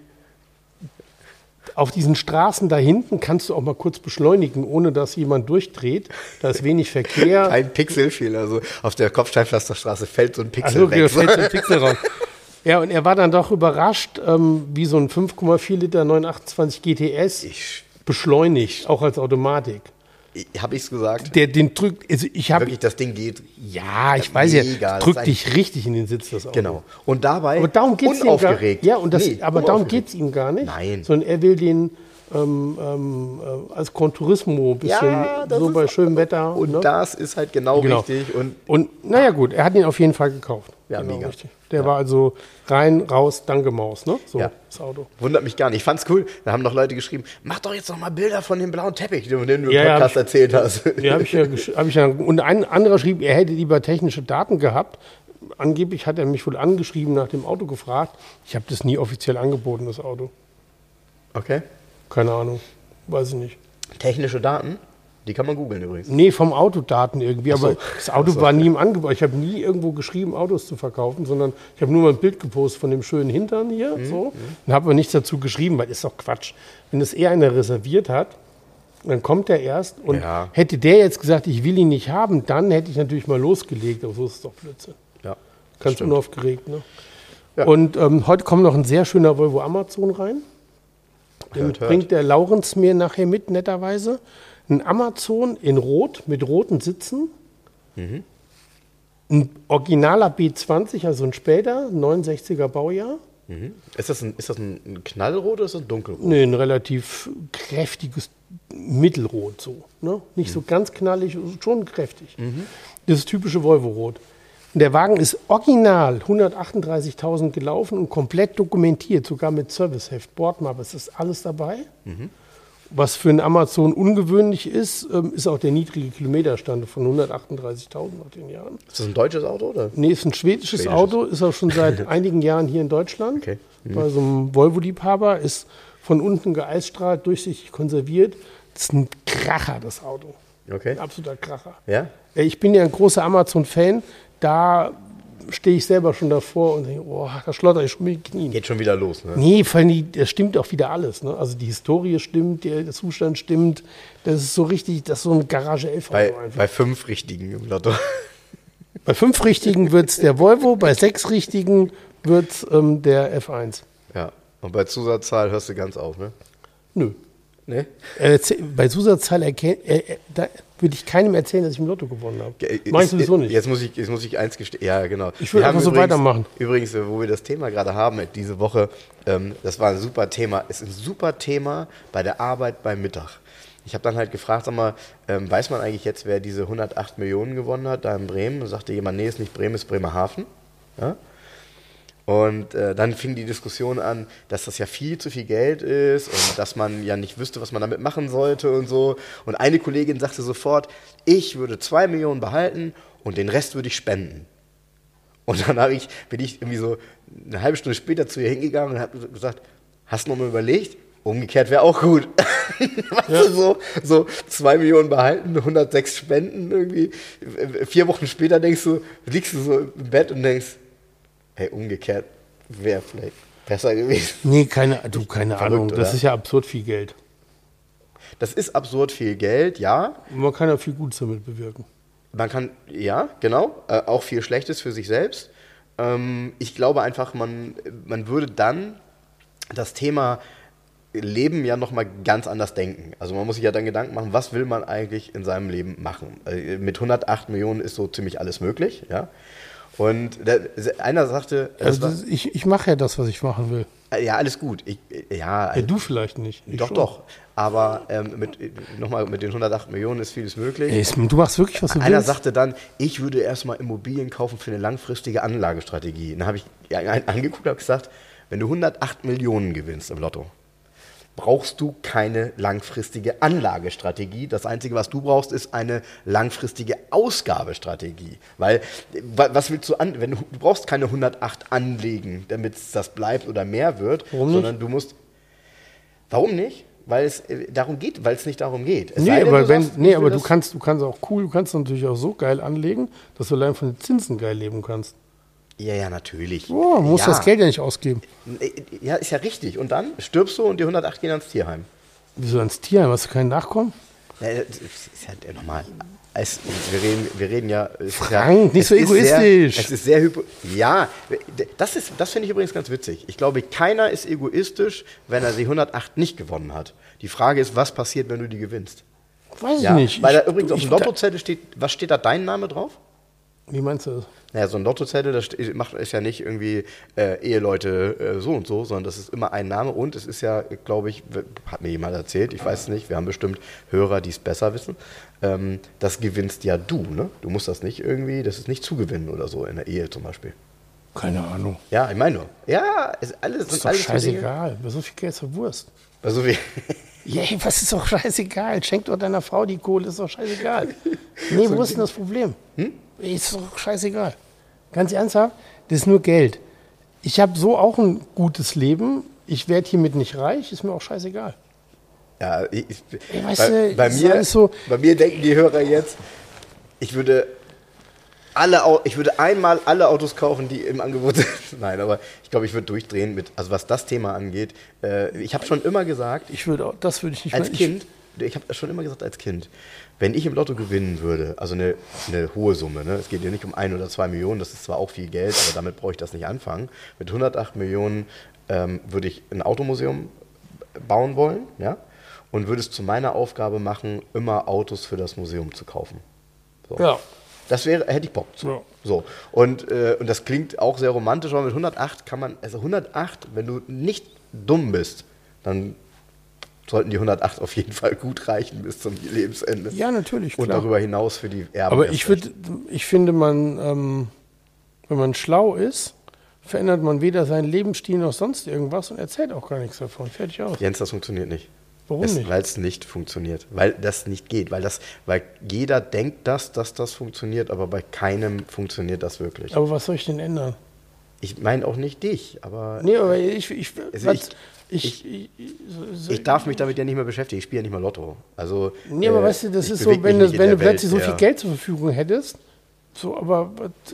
auf diesen Straßen da hinten kannst du auch mal kurz beschleunigen, ohne dass jemand durchdreht. Da ist wenig Verkehr. Kein Pixelfehler, also auf der Kopfsteinpflasterstraße fällt so ein Pixel weg. Fällt so ein Pixel raus. Ja, und er war dann doch überrascht, wie so ein 5,4 Liter 928 GTS beschleunigt, auch als Automatik. Habe ich es gesagt? Den drückt, also ich habe wirklich, das Ding geht. Ja, ich weiß ja, drückt dich richtig in den Sitz, das Auto. Genau. Und dabei aber darum geht's unaufgeregt. Ja, und aber darum geht es ihm gar nicht. Nein. Sondern er will den als Gran Turismo ein bisschen so bei schönem Wetter. Und das ist halt genau richtig. Und naja gut, er hat ihn auf jeden Fall gekauft. Ja, genau, mega. Richtig. Der war also rein, raus, danke Maus, ne? So, das Auto. Wundert mich gar nicht. Ich fand's cool. Da haben noch Leute geschrieben, mach doch jetzt noch mal Bilder von dem blauen Teppich, den du im Podcast erzählt hast. Ja, habe ich ja. Und ein anderer schrieb, er hätte lieber technische Daten gehabt. Angeblich hat er mich wohl angeschrieben, nach dem Auto gefragt. Ich habe das nie offiziell angeboten, das Auto. Okay. Keine Ahnung, weiß ich nicht. Technische Daten? Die kann man googeln übrigens. Nee, vom Autodaten irgendwie. Aber das Auto war nie im Angebot. Ich habe nie irgendwo geschrieben, Autos zu verkaufen, sondern ich habe nur mal ein Bild gepostet von dem schönen Hintern hier. Und habe aber nichts dazu geschrieben, weil das ist doch Quatsch. Wenn es eher einer reserviert hat, dann kommt er erst. Und hätte der jetzt gesagt, ich will ihn nicht haben, dann hätte ich natürlich mal losgelegt. Aber so ist es doch Blödsinn. Ja, ganz unaufgeregt. Ne? Ja. Und heute kommt noch ein sehr schöner Volvo Amazon rein. Den bringt der Laurenz mir nachher mit, netterweise. Ein Amazon in Rot mit roten Sitzen. Ein originaler B20, also ein später, 69er Baujahr. Ist das ein Knallrot oder ist das ein Dunkelrot? Nee, ein relativ kräftiges Mittelrot so. Ne? Nicht so ganz knallig, schon kräftig. Das ist typische Volvo-Rot. Und der Wagen ist original 138.000 gelaufen und komplett dokumentiert, sogar mit Serviceheft, Bordmappe, es ist alles dabei. Was für einen Amazon ungewöhnlich ist, ist auch der niedrige Kilometerstand von 138.000 nach den Jahren. Ist das ein deutsches Auto? Oder? Nee, ist ein schwedisches Auto, ist auch schon seit einigen Jahren hier in Deutschland. Okay. Bei so einem Volvo-Liebhaber, ist von unten geeisstrahlt, durchsichtig konserviert. Das ist ein Kracher, das Auto. Okay. Ein absoluter Kracher. Ja? Ich bin ja ein großer Amazon-Fan. Da stehe ich selber schon davor und denke, oh, da schlotter ich schon mit den Knien. Geht schon wieder los, ne? Nee, vor allem, das stimmt auch wieder alles. Ne? Also die Historie stimmt, der Zustand stimmt. Das ist so richtig, das ist so ein Garage 11 bei 5 Richtigen im Lotto. Bei 5 Richtigen wird es der Volvo, bei 6 Richtigen wird es der F1. Ja, und bei Zusatzzahl hörst du ganz auf, ne? Nö. Ne? Bei Zusatzzahl da würde ich keinem erzählen, dass ich im Lotto gewonnen habe. Mach ich sowieso nicht. Jetzt muss ich eins gestehen. Ja, genau. Ich will einfach so weitermachen. Übrigens, wo wir das Thema gerade haben, diese Woche, das war ein super Thema. Es ist ein super Thema bei der Arbeit beim Mittag. Ich habe dann halt gefragt, sag mal, weiß man eigentlich jetzt, wer diese 108 Millionen gewonnen hat, da in Bremen? Und sagte jemand, nee, ist nicht Bremen, ist Bremerhaven. Ja? Und dann fing die Diskussion an, dass das ja viel zu viel Geld ist und dass man ja nicht wüsste, was man damit machen sollte und so. Und eine Kollegin sagte sofort, ich würde 2 Millionen behalten und den Rest würde ich spenden. Und dann bin ich irgendwie so eine halbe Stunde später zu ihr hingegangen und habe gesagt, hast du noch mal überlegt? Umgekehrt wäre auch gut. Weißt du, so 2 Millionen behalten, 106 spenden irgendwie. 4 Wochen später liegst du so im Bett und denkst, hey, umgekehrt wäre vielleicht besser gewesen. Nee, keine Ahnung. Das oder? ist ja absurd viel Geld. Das ist absurd viel Geld, ja. Man kann ja viel Gutes damit bewirken. Man kann, ja, genau, auch viel Schlechtes für sich selbst. Ich glaube einfach, man würde dann das Thema Leben ja nochmal ganz anders denken. Also man muss sich ja dann Gedanken machen, was will man eigentlich in seinem Leben machen? Mit 108 Millionen ist so ziemlich alles möglich, ja. Und einer sagte... Also ich mache ja das, was ich machen will. Ja, alles gut. Ja, du vielleicht nicht. Doch. Aber mit den 108 Millionen ist vieles möglich. Du machst wirklich, was du willst. Einer sagte dann, ich würde erstmal Immobilien kaufen für eine langfristige Anlagestrategie. Dann habe ich angeguckt und habe gesagt, wenn du 108 Millionen gewinnst im Lotto, brauchst du keine langfristige Anlagestrategie. Das Einzige, was du brauchst, ist eine langfristige Ausgabestrategie. Weil, was willst du du brauchst keine 108 anlegen, damit es das bleibt oder mehr wird, sondern du musst. Warum nicht? Weil es nicht darum geht. Du kannst auch cool, du kannst natürlich auch so geil anlegen, dass du allein von den Zinsen geil leben kannst. Ja, natürlich. Oh, musst das Geld ja nicht ausgeben. Ja, ist ja richtig. Und dann stirbst du und die 108 gehen ans Tierheim. Wieso ans Tierheim? Hast du keinen Nachkommen? Ja, das ist ja normal. Wir reden ja. Frank, nicht so egoistisch. Es ist sehr Ja, das finde ich übrigens ganz witzig. Ich glaube, keiner ist egoistisch, wenn er die 108 nicht gewonnen hat. Die Frage ist, was passiert, wenn du die gewinnst? Weiß ich nicht. Weil da übrigens auf dem Lottozettel steht, was steht da dein Name drauf? Wie meinst du das? Naja, so ein Lottozettel, das ist ja nicht irgendwie Eheleute so und so, sondern das ist immer ein Name und es ist ja, glaube ich, hat mir jemand erzählt, ich weiß es nicht, wir haben bestimmt Hörer, die es besser wissen, das gewinnst ja du, ne? Du musst das nicht irgendwie, das ist nicht zugewinnen oder so in der Ehe zum Beispiel. Keine Ahnung. Ja, ich meine nur. Ja, ist doch scheißegal, bei so viel Geld ist doch Wurst. Bei so viel... Ja, was ist doch scheißegal? Schenk doch deiner Frau die Kohle, ist doch scheißegal. Nee, wo ist denn das Problem? Ist doch scheißegal. Ganz ernsthaft, das ist nur Geld. Ich habe so auch ein gutes Leben. Ich werde hiermit nicht reich, ist mir auch scheißegal. Ja, bei mir denken die Hörer jetzt, ich würde einmal alle Autos kaufen, die im Angebot sind. Nein, aber ich glaube, ich würde durchdrehen also was das Thema angeht. Ich habe schon immer gesagt, ich habe schon immer gesagt als Kind, wenn ich im Lotto gewinnen würde, also eine hohe Summe, ne? Es geht ja nicht um 1 oder 2 Millionen, das ist zwar auch viel Geld, aber damit brauche ich das nicht anfangen. Mit 108 Millionen würde ich ein Automuseum bauen wollen, ja? Und würde es zu meiner Aufgabe machen, immer Autos für das Museum zu kaufen. So. Ja. Hätte ich Bock zu. Ja. So. Und das klingt auch sehr romantisch, aber mit 108 wenn du nicht dumm bist, dann sollten die 108 auf jeden Fall gut reichen bis zum Lebensende. Ja, natürlich, klar. Und darüber hinaus für die Erben. Aber ich finde, wenn man schlau ist, verändert man weder seinen Lebensstil noch sonst irgendwas und erzählt auch gar nichts davon. Fertig aus. Jens, das funktioniert nicht. Warum nicht? Weil es nicht funktioniert. Weil das nicht geht. Weil jeder denkt, dass das funktioniert, aber bei keinem funktioniert das wirklich. Aber was soll ich denn ändern? Ich meine auch nicht dich, aber... Nee, aber ich darf mich damit ja nicht mehr beschäftigen. Ich spiele ja nicht mehr Lotto. Also, nee, aber weißt du, das ist so, wenn du plötzlich so viel Geld zur Verfügung hättest, so, aber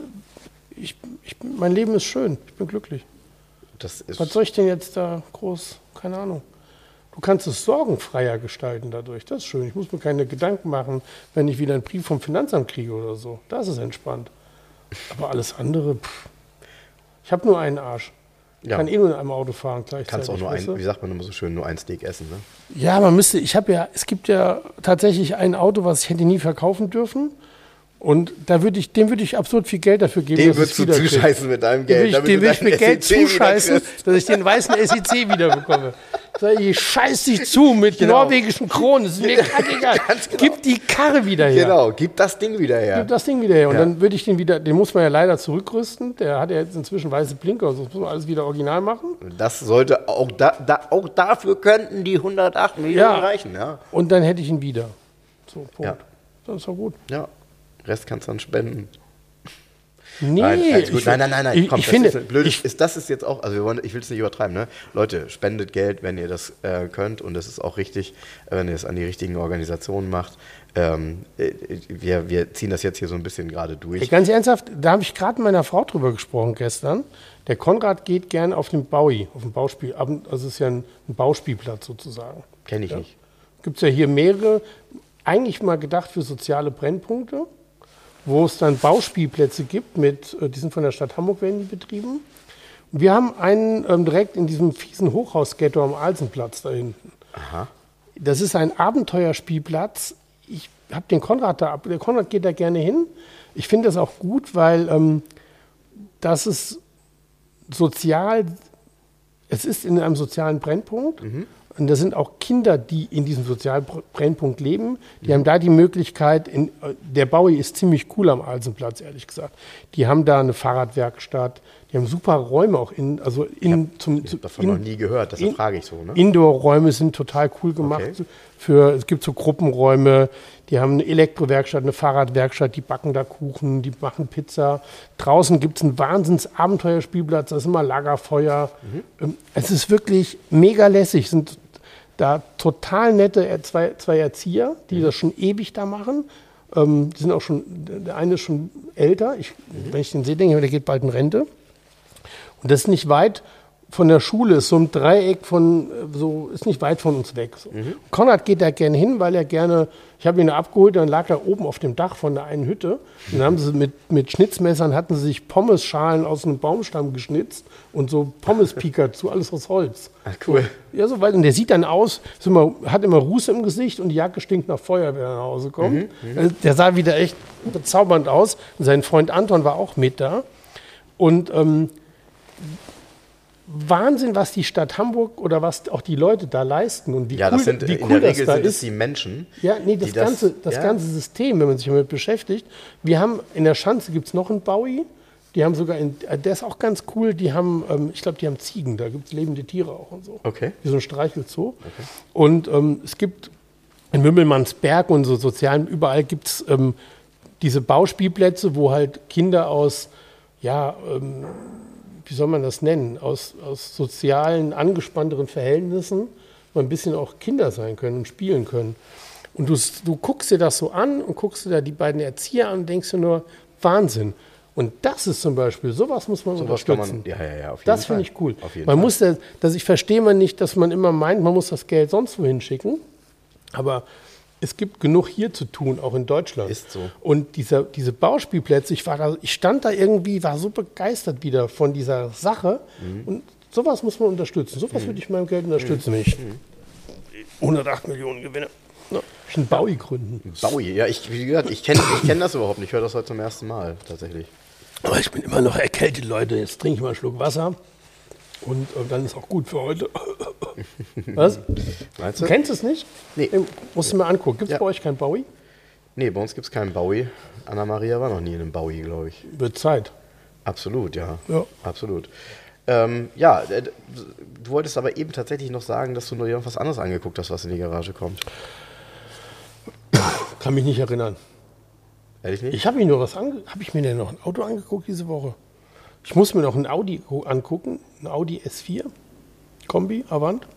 mein Leben ist schön. Ich bin glücklich. Was soll ich denn jetzt da groß, keine Ahnung. Du kannst es sorgenfreier gestalten dadurch. Das ist schön. Ich muss mir keine Gedanken machen, wenn ich wieder einen Brief vom Finanzamt kriege oder so. Das ist entspannt. Aber alles andere, ich habe nur einen Arsch. Ich kann nur in einem Auto fahren gleichzeitig. Kannst auch wie sagt man immer so schön, nur ein Steak essen, ne? Ja, es gibt ja tatsächlich ein Auto, was ich hätte nie verkaufen dürfen. Und dem würde ich absurd viel Geld dafür geben. Dem würdest du zuscheißen mit deinem Geld. Dem würde ich mit Geld zuscheißen, dass ich den weißen SEC wiederbekomme. Ich scheiß dich zu mit norwegischen Kronen. Das ist mir kackegal. Genau. Gib die Karre wieder her. Genau, gib das Ding wieder her. Und dann würde ich den muss man ja leider zurückrüsten. Der hat ja jetzt inzwischen weiße Blinker, also das muss man alles wieder original machen. Das sollte auch dafür könnten die 108 Millionen reichen. Ja. Und dann hätte ich ihn wieder. So, Punkt. Ja. Das ist doch gut. Ja. Rest kannst du dann spenden. Nee, nein. Komm, ich finde, das ist jetzt auch, also ich will es nicht übertreiben, ne? Leute, spendet Geld, wenn ihr das könnt und das ist auch richtig, wenn ihr es an die richtigen Organisationen macht. Wir ziehen das jetzt hier so ein bisschen gerade durch. Ganz ernsthaft, da habe ich gerade mit meiner Frau drüber gesprochen gestern. Der Konrad geht gern auf den Baui, auf dem Bauspiel, also es ist ja ein Bauspielplatz sozusagen. Kenne ich nicht. Gibt es ja hier mehrere, eigentlich mal gedacht für soziale Brennpunkte, wo es dann Bauspielplätze gibt, die sind von der Stadt Hamburg, werden die betrieben. Und wir haben einen direkt in diesem fiesen Hochhausghetto am Alsenplatz da hinten. Aha. Das ist ein Abenteuerspielplatz. Ich habe den Konrad der Konrad geht da gerne hin. Ich finde das auch gut, weil das ist es ist in einem sozialen Brennpunkt. Mhm. Und da sind auch Kinder, die in diesem sozialen Brennpunkt leben. Die haben da die Möglichkeit, der Baui ist ziemlich cool am Alsenplatz, ehrlich gesagt. Die haben da eine Fahrradwerkstatt, Die haben super Räume auch in, also in, Ich habe davon noch nie gehört, deshalb frage ich so. Ne? Indoor-Räume sind total cool gemacht. Okay. Es gibt so Gruppenräume, die haben eine Elektrowerkstatt, eine Fahrradwerkstatt, die backen da Kuchen, die machen Pizza. Draußen gibt es einen Wahnsinns-Abenteuerspielplatz, da ist immer Lagerfeuer. Es ist wirklich mega lässig. Sind da total nette zwei Erzieher, die das schon ewig da machen. Die sind auch schon, der eine ist schon älter. Wenn ich den sehe, denke ich, der geht bald in Rente. Und das ist nicht weit von der Schule, ist so ein Dreieck ist nicht weit von uns weg. So. Konrad geht da gerne hin, weil er gerne, ich habe ihn abgeholt, dann lag er oben auf dem Dach von der einen Hütte. Und dann haben sie mit Schnitzmessern hatten sie sich Pommesschalen aus einem Baumstamm geschnitzt und so Pommespiker zu, alles aus Holz. Ach, cool. So, ja, so weit. Und der sieht dann aus, hat immer Ruße im Gesicht und die Jacke stinkt nach Feuer, wenn er nach Hause kommt. Also, der sah wieder echt bezaubernd aus. Und sein Freund Anton war auch mit da. Und Wahnsinn, was die Stadt Hamburg oder was auch die Leute da leisten und wie cool, in der Regel sind es die Menschen. Ja, nee, das ganze System, wenn man sich damit beschäftigt. Wir haben in der Schanze gibt es noch einen Baui, die haben sogar, der ist auch ganz cool, die haben, ich glaube, die haben Ziegen, da gibt es lebende Tiere auch und so. Okay. Wie so ein Streichelzoo. Okay. Und es gibt in Mümmelmannsberg und so sozialen, überall gibt es diese Bauspielplätze, wo halt Kinder aus, wie soll man das nennen, aus sozialen, angespannteren Verhältnissen mal ein bisschen auch Kinder sein können und spielen können. Und du guckst dir das so an und guckst dir da die beiden Erzieher an und denkst dir nur, Wahnsinn. Und das ist zum Beispiel, sowas muss man unterstützen. Auf jeden Fall. Das finde ich cool. Ich verstehe man nicht, dass man immer meint, man muss das Geld sonst wohin schicken, aber es gibt genug hier zu tun, auch in Deutschland. Ist so. Und diese Bauspielplätze, ich stand da irgendwie, war so begeistert wieder von dieser Sache. Und sowas muss man unterstützen. Sowas würde ich mit meinem Geld unterstützen, wenn ich 108 Millionen gewinne. No. Ich einen Baui gründen. Baui, ja, wie gesagt, ich kenn das überhaupt nicht. Ich höre das heute zum ersten Mal, tatsächlich. Aber ich bin immer noch erkältet, Leute. Jetzt trinke ich mal einen Schluck Wasser. Und dann ist auch gut für heute. Was? Meinst du? Du kennst es nicht? Nee. Musst du mir angucken. Gibt es bei euch keinen Baui? Nee, bei uns gibt es keinen Baui. Anna-Maria war noch nie in einem Baui, glaube ich. Wird Zeit. Absolut, ja. Absolut. Du wolltest aber eben tatsächlich noch sagen, dass du nur irgendwas anderes angeguckt hast, was in die Garage kommt. Kann mich nicht erinnern. Ehrlich nicht? Habe ich mir denn noch ein Auto angeguckt diese Woche? Ich muss mir noch ein Audi angucken, ein Audi S4 Kombi Avant.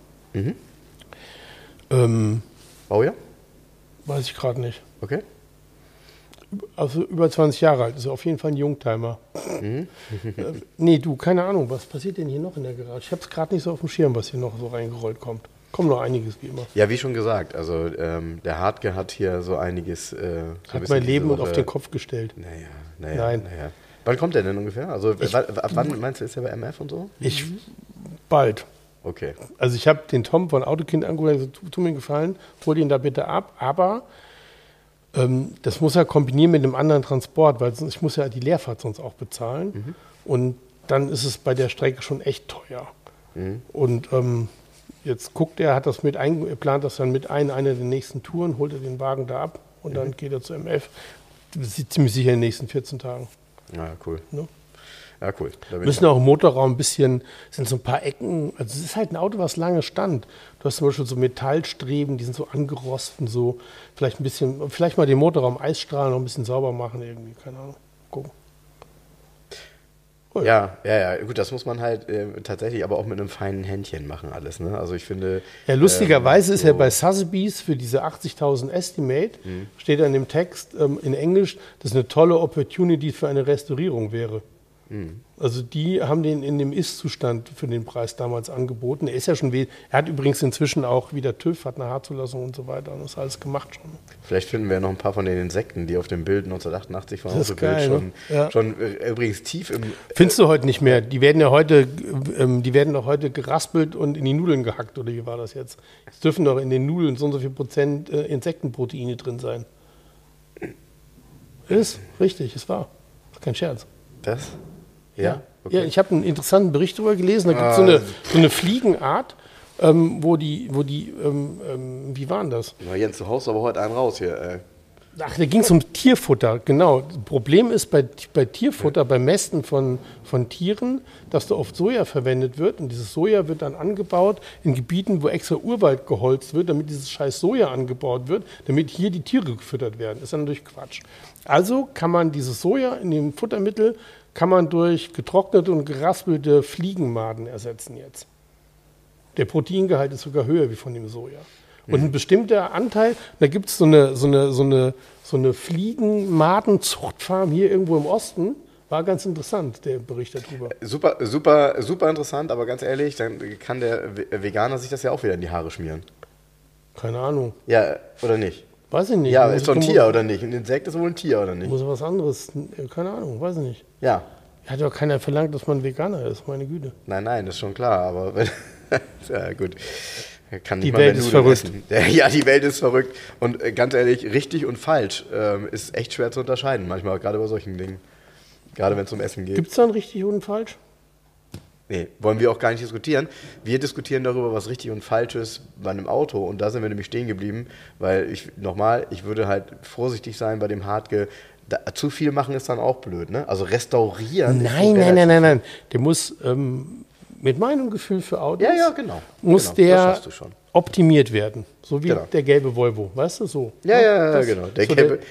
Baujahr? Weiß ich gerade nicht. Okay. Also über 20 Jahre alt, ist auf jeden Fall ein Jungtimer. Nee, du, keine Ahnung, was passiert denn hier noch in der Garage? Ich habe es gerade nicht so auf dem Schirm, was hier noch so reingerollt kommt. Kommt noch einiges, wie immer. Ja, wie schon gesagt, also der Hartke hat hier so einiges... hat mein Leben auf den Kopf gestellt. Naja. Wann kommt der denn ungefähr? Also ab wann meinst du, ist er bei MF und so? Bald. Okay. Also ich habe den Tom von Autokind angerufen und gesagt, tu mir einen Gefallen, hol ihn da bitte ab, aber das muss er kombinieren mit einem anderen Transport, weil ich muss ja die Leerfahrt sonst auch bezahlen und dann ist es bei der Strecke schon echt teuer. Und jetzt guckt er, er plant das dann mit einer der nächsten Touren, holt er den Wagen da ab und dann geht er zu MF. Das ist ziemlich sicher in den nächsten 14 Tagen. Ja, cool. Ne? Ja, cool. Müssen auch im Motorraum ein bisschen, sind so ein paar Ecken, also es ist halt ein Auto, was lange stand. Du hast zum Beispiel so Metallstreben, die sind so angerostet, so vielleicht mal den Motorraum Eisstrahlen noch ein bisschen sauber machen irgendwie, keine Ahnung. Gucken. Cool. Ja, gut, das muss man halt tatsächlich aber auch mit einem feinen Händchen machen alles, ne? Also ich finde... Ja, lustigerweise ist ja bei Sotheby's für diese 80.000 Estimate, steht da in dem Text in Englisch, dass eine tolle Opportunity für eine Restaurierung wäre. Also die haben den in dem Ist-Zustand für den Preis damals angeboten. Er ist ja schon, er hat übrigens inzwischen auch wieder TÜV, hat eine Haarzulassung und so weiter und das ist alles gemacht schon. Vielleicht finden wir ja noch ein paar von den Insekten, die auf dem Bild 1988 von das ist geil, schon übrigens tief im... Findest du heute nicht mehr. Die werden doch heute geraspelt und in die Nudeln gehackt, oder wie war das jetzt? Es dürfen doch in den Nudeln so und so viel Prozent Insektenproteine drin sein. Ist richtig, ist wahr. Ist kein Scherz. Das? Ja, okay. Ja, ich habe einen interessanten Bericht darüber gelesen. Da gibt es so eine Fliegenart, wie waren das? Na Jens, du haust aber heute einen raus hier, ey. Ach, da ging es um Tierfutter, genau. Das Problem ist bei Tierfutter, beim Mästen von Tieren, dass da oft Soja verwendet wird. Und dieses Soja wird dann angebaut in Gebieten, wo extra Urwald geholzt wird, damit dieses scheiß Soja angebaut wird, damit hier die Tiere gefüttert werden. Das ist dann natürlich Quatsch. Also kann man dieses Soja in dem Futtermittel durch getrocknete und geraspelte Fliegenmaden ersetzen jetzt. Der Proteingehalt ist sogar höher wie von dem Soja. Und ein bestimmter Anteil, da gibt es so eine Fliegenmadenzuchtfarm hier irgendwo im Osten, war ganz interessant, der Bericht darüber. Super interessant, aber ganz ehrlich, dann kann der Veganer sich das ja auch wieder in die Haare schmieren. Keine Ahnung. Ja, oder nicht? Weiß ich nicht. Ja, ist doch ein Tier, oder nicht? Ein Insekt ist wohl ein Tier, oder nicht? Muss was anderes, keine Ahnung, weiß ich nicht. Ja. Hat doch keiner verlangt, dass man Veganer ist, meine Güte. Nein, ist schon klar, aber wenn, ja gut. Kann die Welt ist verrückt. Ja, die Welt ist verrückt. Und ganz ehrlich, richtig und falsch ist echt schwer zu unterscheiden, manchmal, gerade bei solchen Dingen. Gerade wenn es um Essen geht. Gibt es da ein richtig und falsch? Nee, wollen wir auch gar nicht diskutieren. Wir diskutieren darüber, was richtig und falsch ist bei einem Auto. Und da sind wir nämlich stehen geblieben, weil ich würde halt vorsichtig sein bei dem Hartge. Zu viel machen ist dann auch blöd, ne? Also restaurieren. Nein. Der muss mit meinem Gefühl für Autos muss der optimiert werden. So wie der gelbe Volvo, weißt du, so. Ja, genau. Der gelbe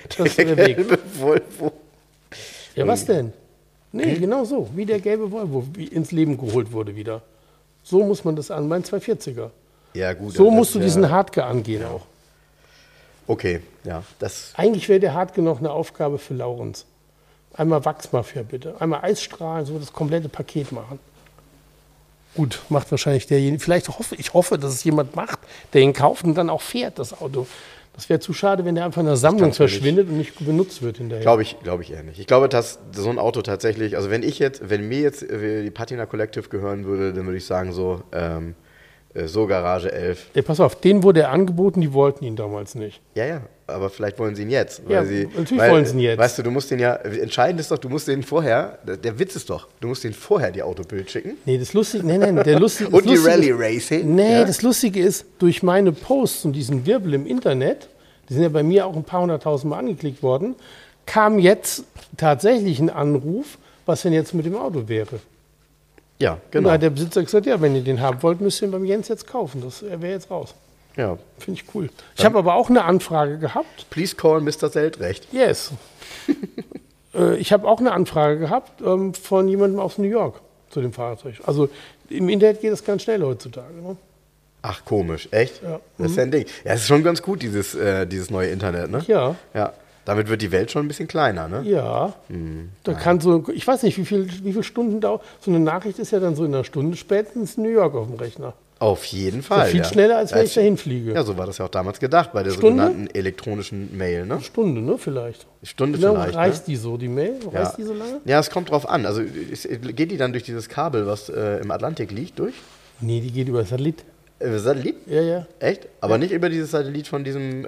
Volvo. Ja, was denn? Nee, genau so, wie der gelbe Volvo ins Leben geholt wurde wieder. So muss man das an, mein 240er. Ja, gut. So musst du diesen Hartge angehen auch. Okay, ja. Eigentlich wäre der Hartge noch eine Aufgabe für Laurens. Einmal Wachsmafia bitte, einmal Eisstrahlen, so das komplette Paket machen. Gut, macht wahrscheinlich derjenige. Ich hoffe, dass es jemand macht, der ihn kauft und dann auch fährt, das Auto. Das wäre zu schade, wenn der einfach in der Sammlung verschwindet und nicht benutzt wird hinterher. Glaube ich eher nicht. Ich glaube, dass so ein Auto tatsächlich, also wenn mir jetzt die Patina Collective gehören würde, dann würde ich sagen so Garage 11. Ja, pass auf, denen wurde er angeboten, die wollten ihn damals nicht. Ja, aber vielleicht wollen sie ihn jetzt. Natürlich wollen sie ihn jetzt. Weißt du, du musst den entscheidend ist doch, du musst den vorher, der Witz ist doch, du musst den vorher die Autobild schicken. Nee, das Lustige, und die Rallye Racing. Nee, das Lustige ist, durch meine Posts und diesen Wirbel im Internet, die sind ja bei mir auch ein paar 100.000 Mal angeklickt worden, kam jetzt tatsächlich ein Anruf, was denn jetzt mit dem Auto wäre. Ja, genau. Und da hat der Besitzer gesagt, ja, wenn ihr den haben wollt, müsst ihr ihn beim Jens jetzt kaufen. Er wäre jetzt raus. Ja. Finde ich cool. Ich habe aber auch eine Anfrage gehabt. Please call Mr. Seldrecht. Yes. Ich habe auch eine Anfrage gehabt von jemandem aus New York zu dem Fahrzeug. Also im Internet geht das ganz schnell heutzutage. Ne? Ach, komisch. Echt? Ja. Das ist ja ein Ding. Ja, es ist schon ganz gut, dieses neue Internet, ne? Ja. Damit wird die Welt schon ein bisschen kleiner, ne? Ja. Da kann ich weiß nicht, wie viele Stunden dauert. So eine Nachricht ist ja dann so in einer Stunde spätestens in New York auf dem Rechner. Auf jeden Fall. So viel schneller, als wenn ich dahin fliege. Ja, so war das ja auch damals gedacht, bei der sogenannten elektronischen Mail, ne? Eine Stunde, ne, vielleicht. Vielleicht, reicht die so, die Mail? Reicht die so lange? Ja, es kommt drauf an. Also geht die dann durch dieses Kabel, was im Atlantik liegt, durch? Nee, die geht über Satellit. Satellit? Ja. Echt? Aber nicht über dieses Satellit von diesem,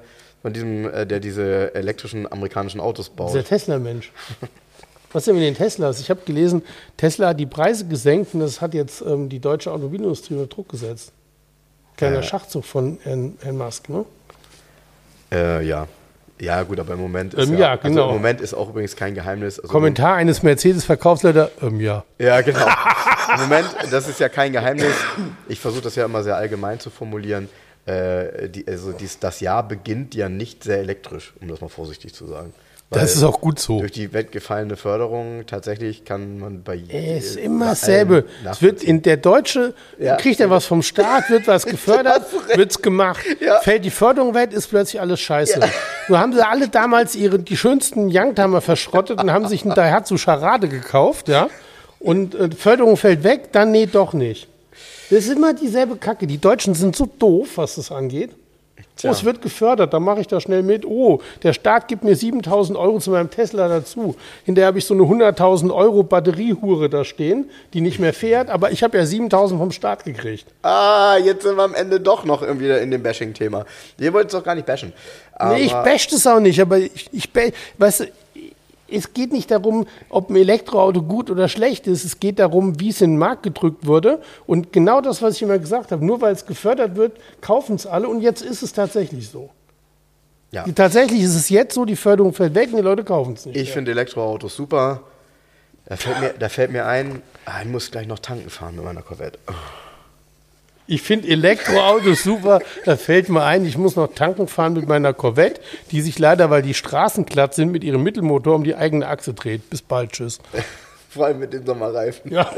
der diese elektrischen amerikanischen Autos baut. Dieser Tesla-Mensch. Was ist denn mit den Teslas? Ich habe gelesen, Tesla hat die Preise gesenkt und das hat jetzt die deutsche Automobilindustrie unter Druck gesetzt. Kleiner Schachzug von Herrn Musk, ne? Ja. Ja, gut, aber im Moment ist genau. Also im Moment ist auch übrigens kein Geheimnis. Also Kommentar eines Mercedes-Verkaufsleiter, ja. Ja, genau. Im Moment, das ist ja kein Geheimnis. Ich versuche das ja immer sehr allgemein zu formulieren. Das Jahr beginnt ja nicht sehr elektrisch, um das mal vorsichtig zu sagen. Das ist auch gut so. Durch die weggefallene Förderung tatsächlich kann man bei es ist immer dasselbe. Es wird der Deutsche kriegt er was vom Staat, wird was gefördert, wird's gemacht. Ja. Fällt die Förderung weg, ist plötzlich alles scheiße. Ja. Nur haben sie alle damals die schönsten Youngtimer verschrottet und haben sich einen Daihatsu Charade gekauft, ja. Und Förderung fällt weg, dann nee, doch nicht. Das ist immer dieselbe Kacke. Die Deutschen sind so doof, was das angeht. Oh, es wird gefördert, dann mache ich da schnell mit. Oh, der Staat gibt mir 7.000 Euro zu meinem Tesla dazu. Hinterher habe ich so eine 100.000 Euro Batteriehure da stehen, die nicht mehr fährt, aber ich habe ja 7.000 vom Staat gekriegt. Jetzt sind wir am Ende doch noch irgendwie in dem Bashing-Thema. Ihr wollt es doch gar nicht bashen. Nee, ich bash das auch nicht, aber weißt du, es geht nicht darum, ob ein Elektroauto gut oder schlecht ist. Es geht darum, wie es in den Markt gedrückt wurde. Und genau das, was ich immer gesagt habe, nur weil es gefördert wird, kaufen es alle. Und jetzt ist es tatsächlich so. Ja. Tatsächlich ist es jetzt so, die Förderung fällt weg und die Leute kaufen es nicht. Ich finde Elektroautos super. Da fällt mir ein, ich muss gleich noch tanken fahren mit meiner Corvette. Oh. Ich finde Elektroautos super. Da fällt mir ein, ich muss noch tanken fahren mit meiner Corvette, die sich leider, weil die Straßen glatt sind, mit ihrem Mittelmotor um die eigene Achse dreht. Bis bald, tschüss. Vor allem mit den Sommerreifen. Ja.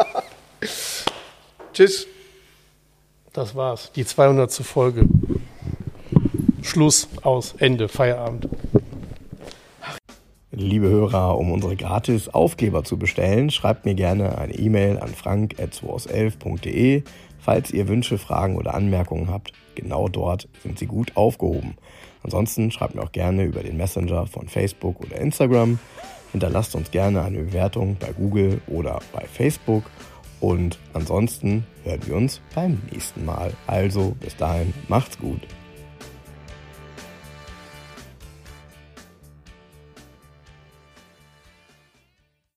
Tschüss. Das war's. Die 200. Folge. Schluss, aus, Ende, Feierabend. Liebe Hörer, um unsere gratis Aufkleber zu bestellen, schreibt mir gerne eine E-Mail an frank@2aus11.de. Falls ihr Wünsche, Fragen oder Anmerkungen habt, genau dort sind sie gut aufgehoben. Ansonsten schreibt mir auch gerne über den Messenger von Facebook oder Instagram. Hinterlasst uns gerne eine Bewertung bei Google oder bei Facebook. Und ansonsten hören wir uns beim nächsten Mal. Also bis dahin, macht's gut.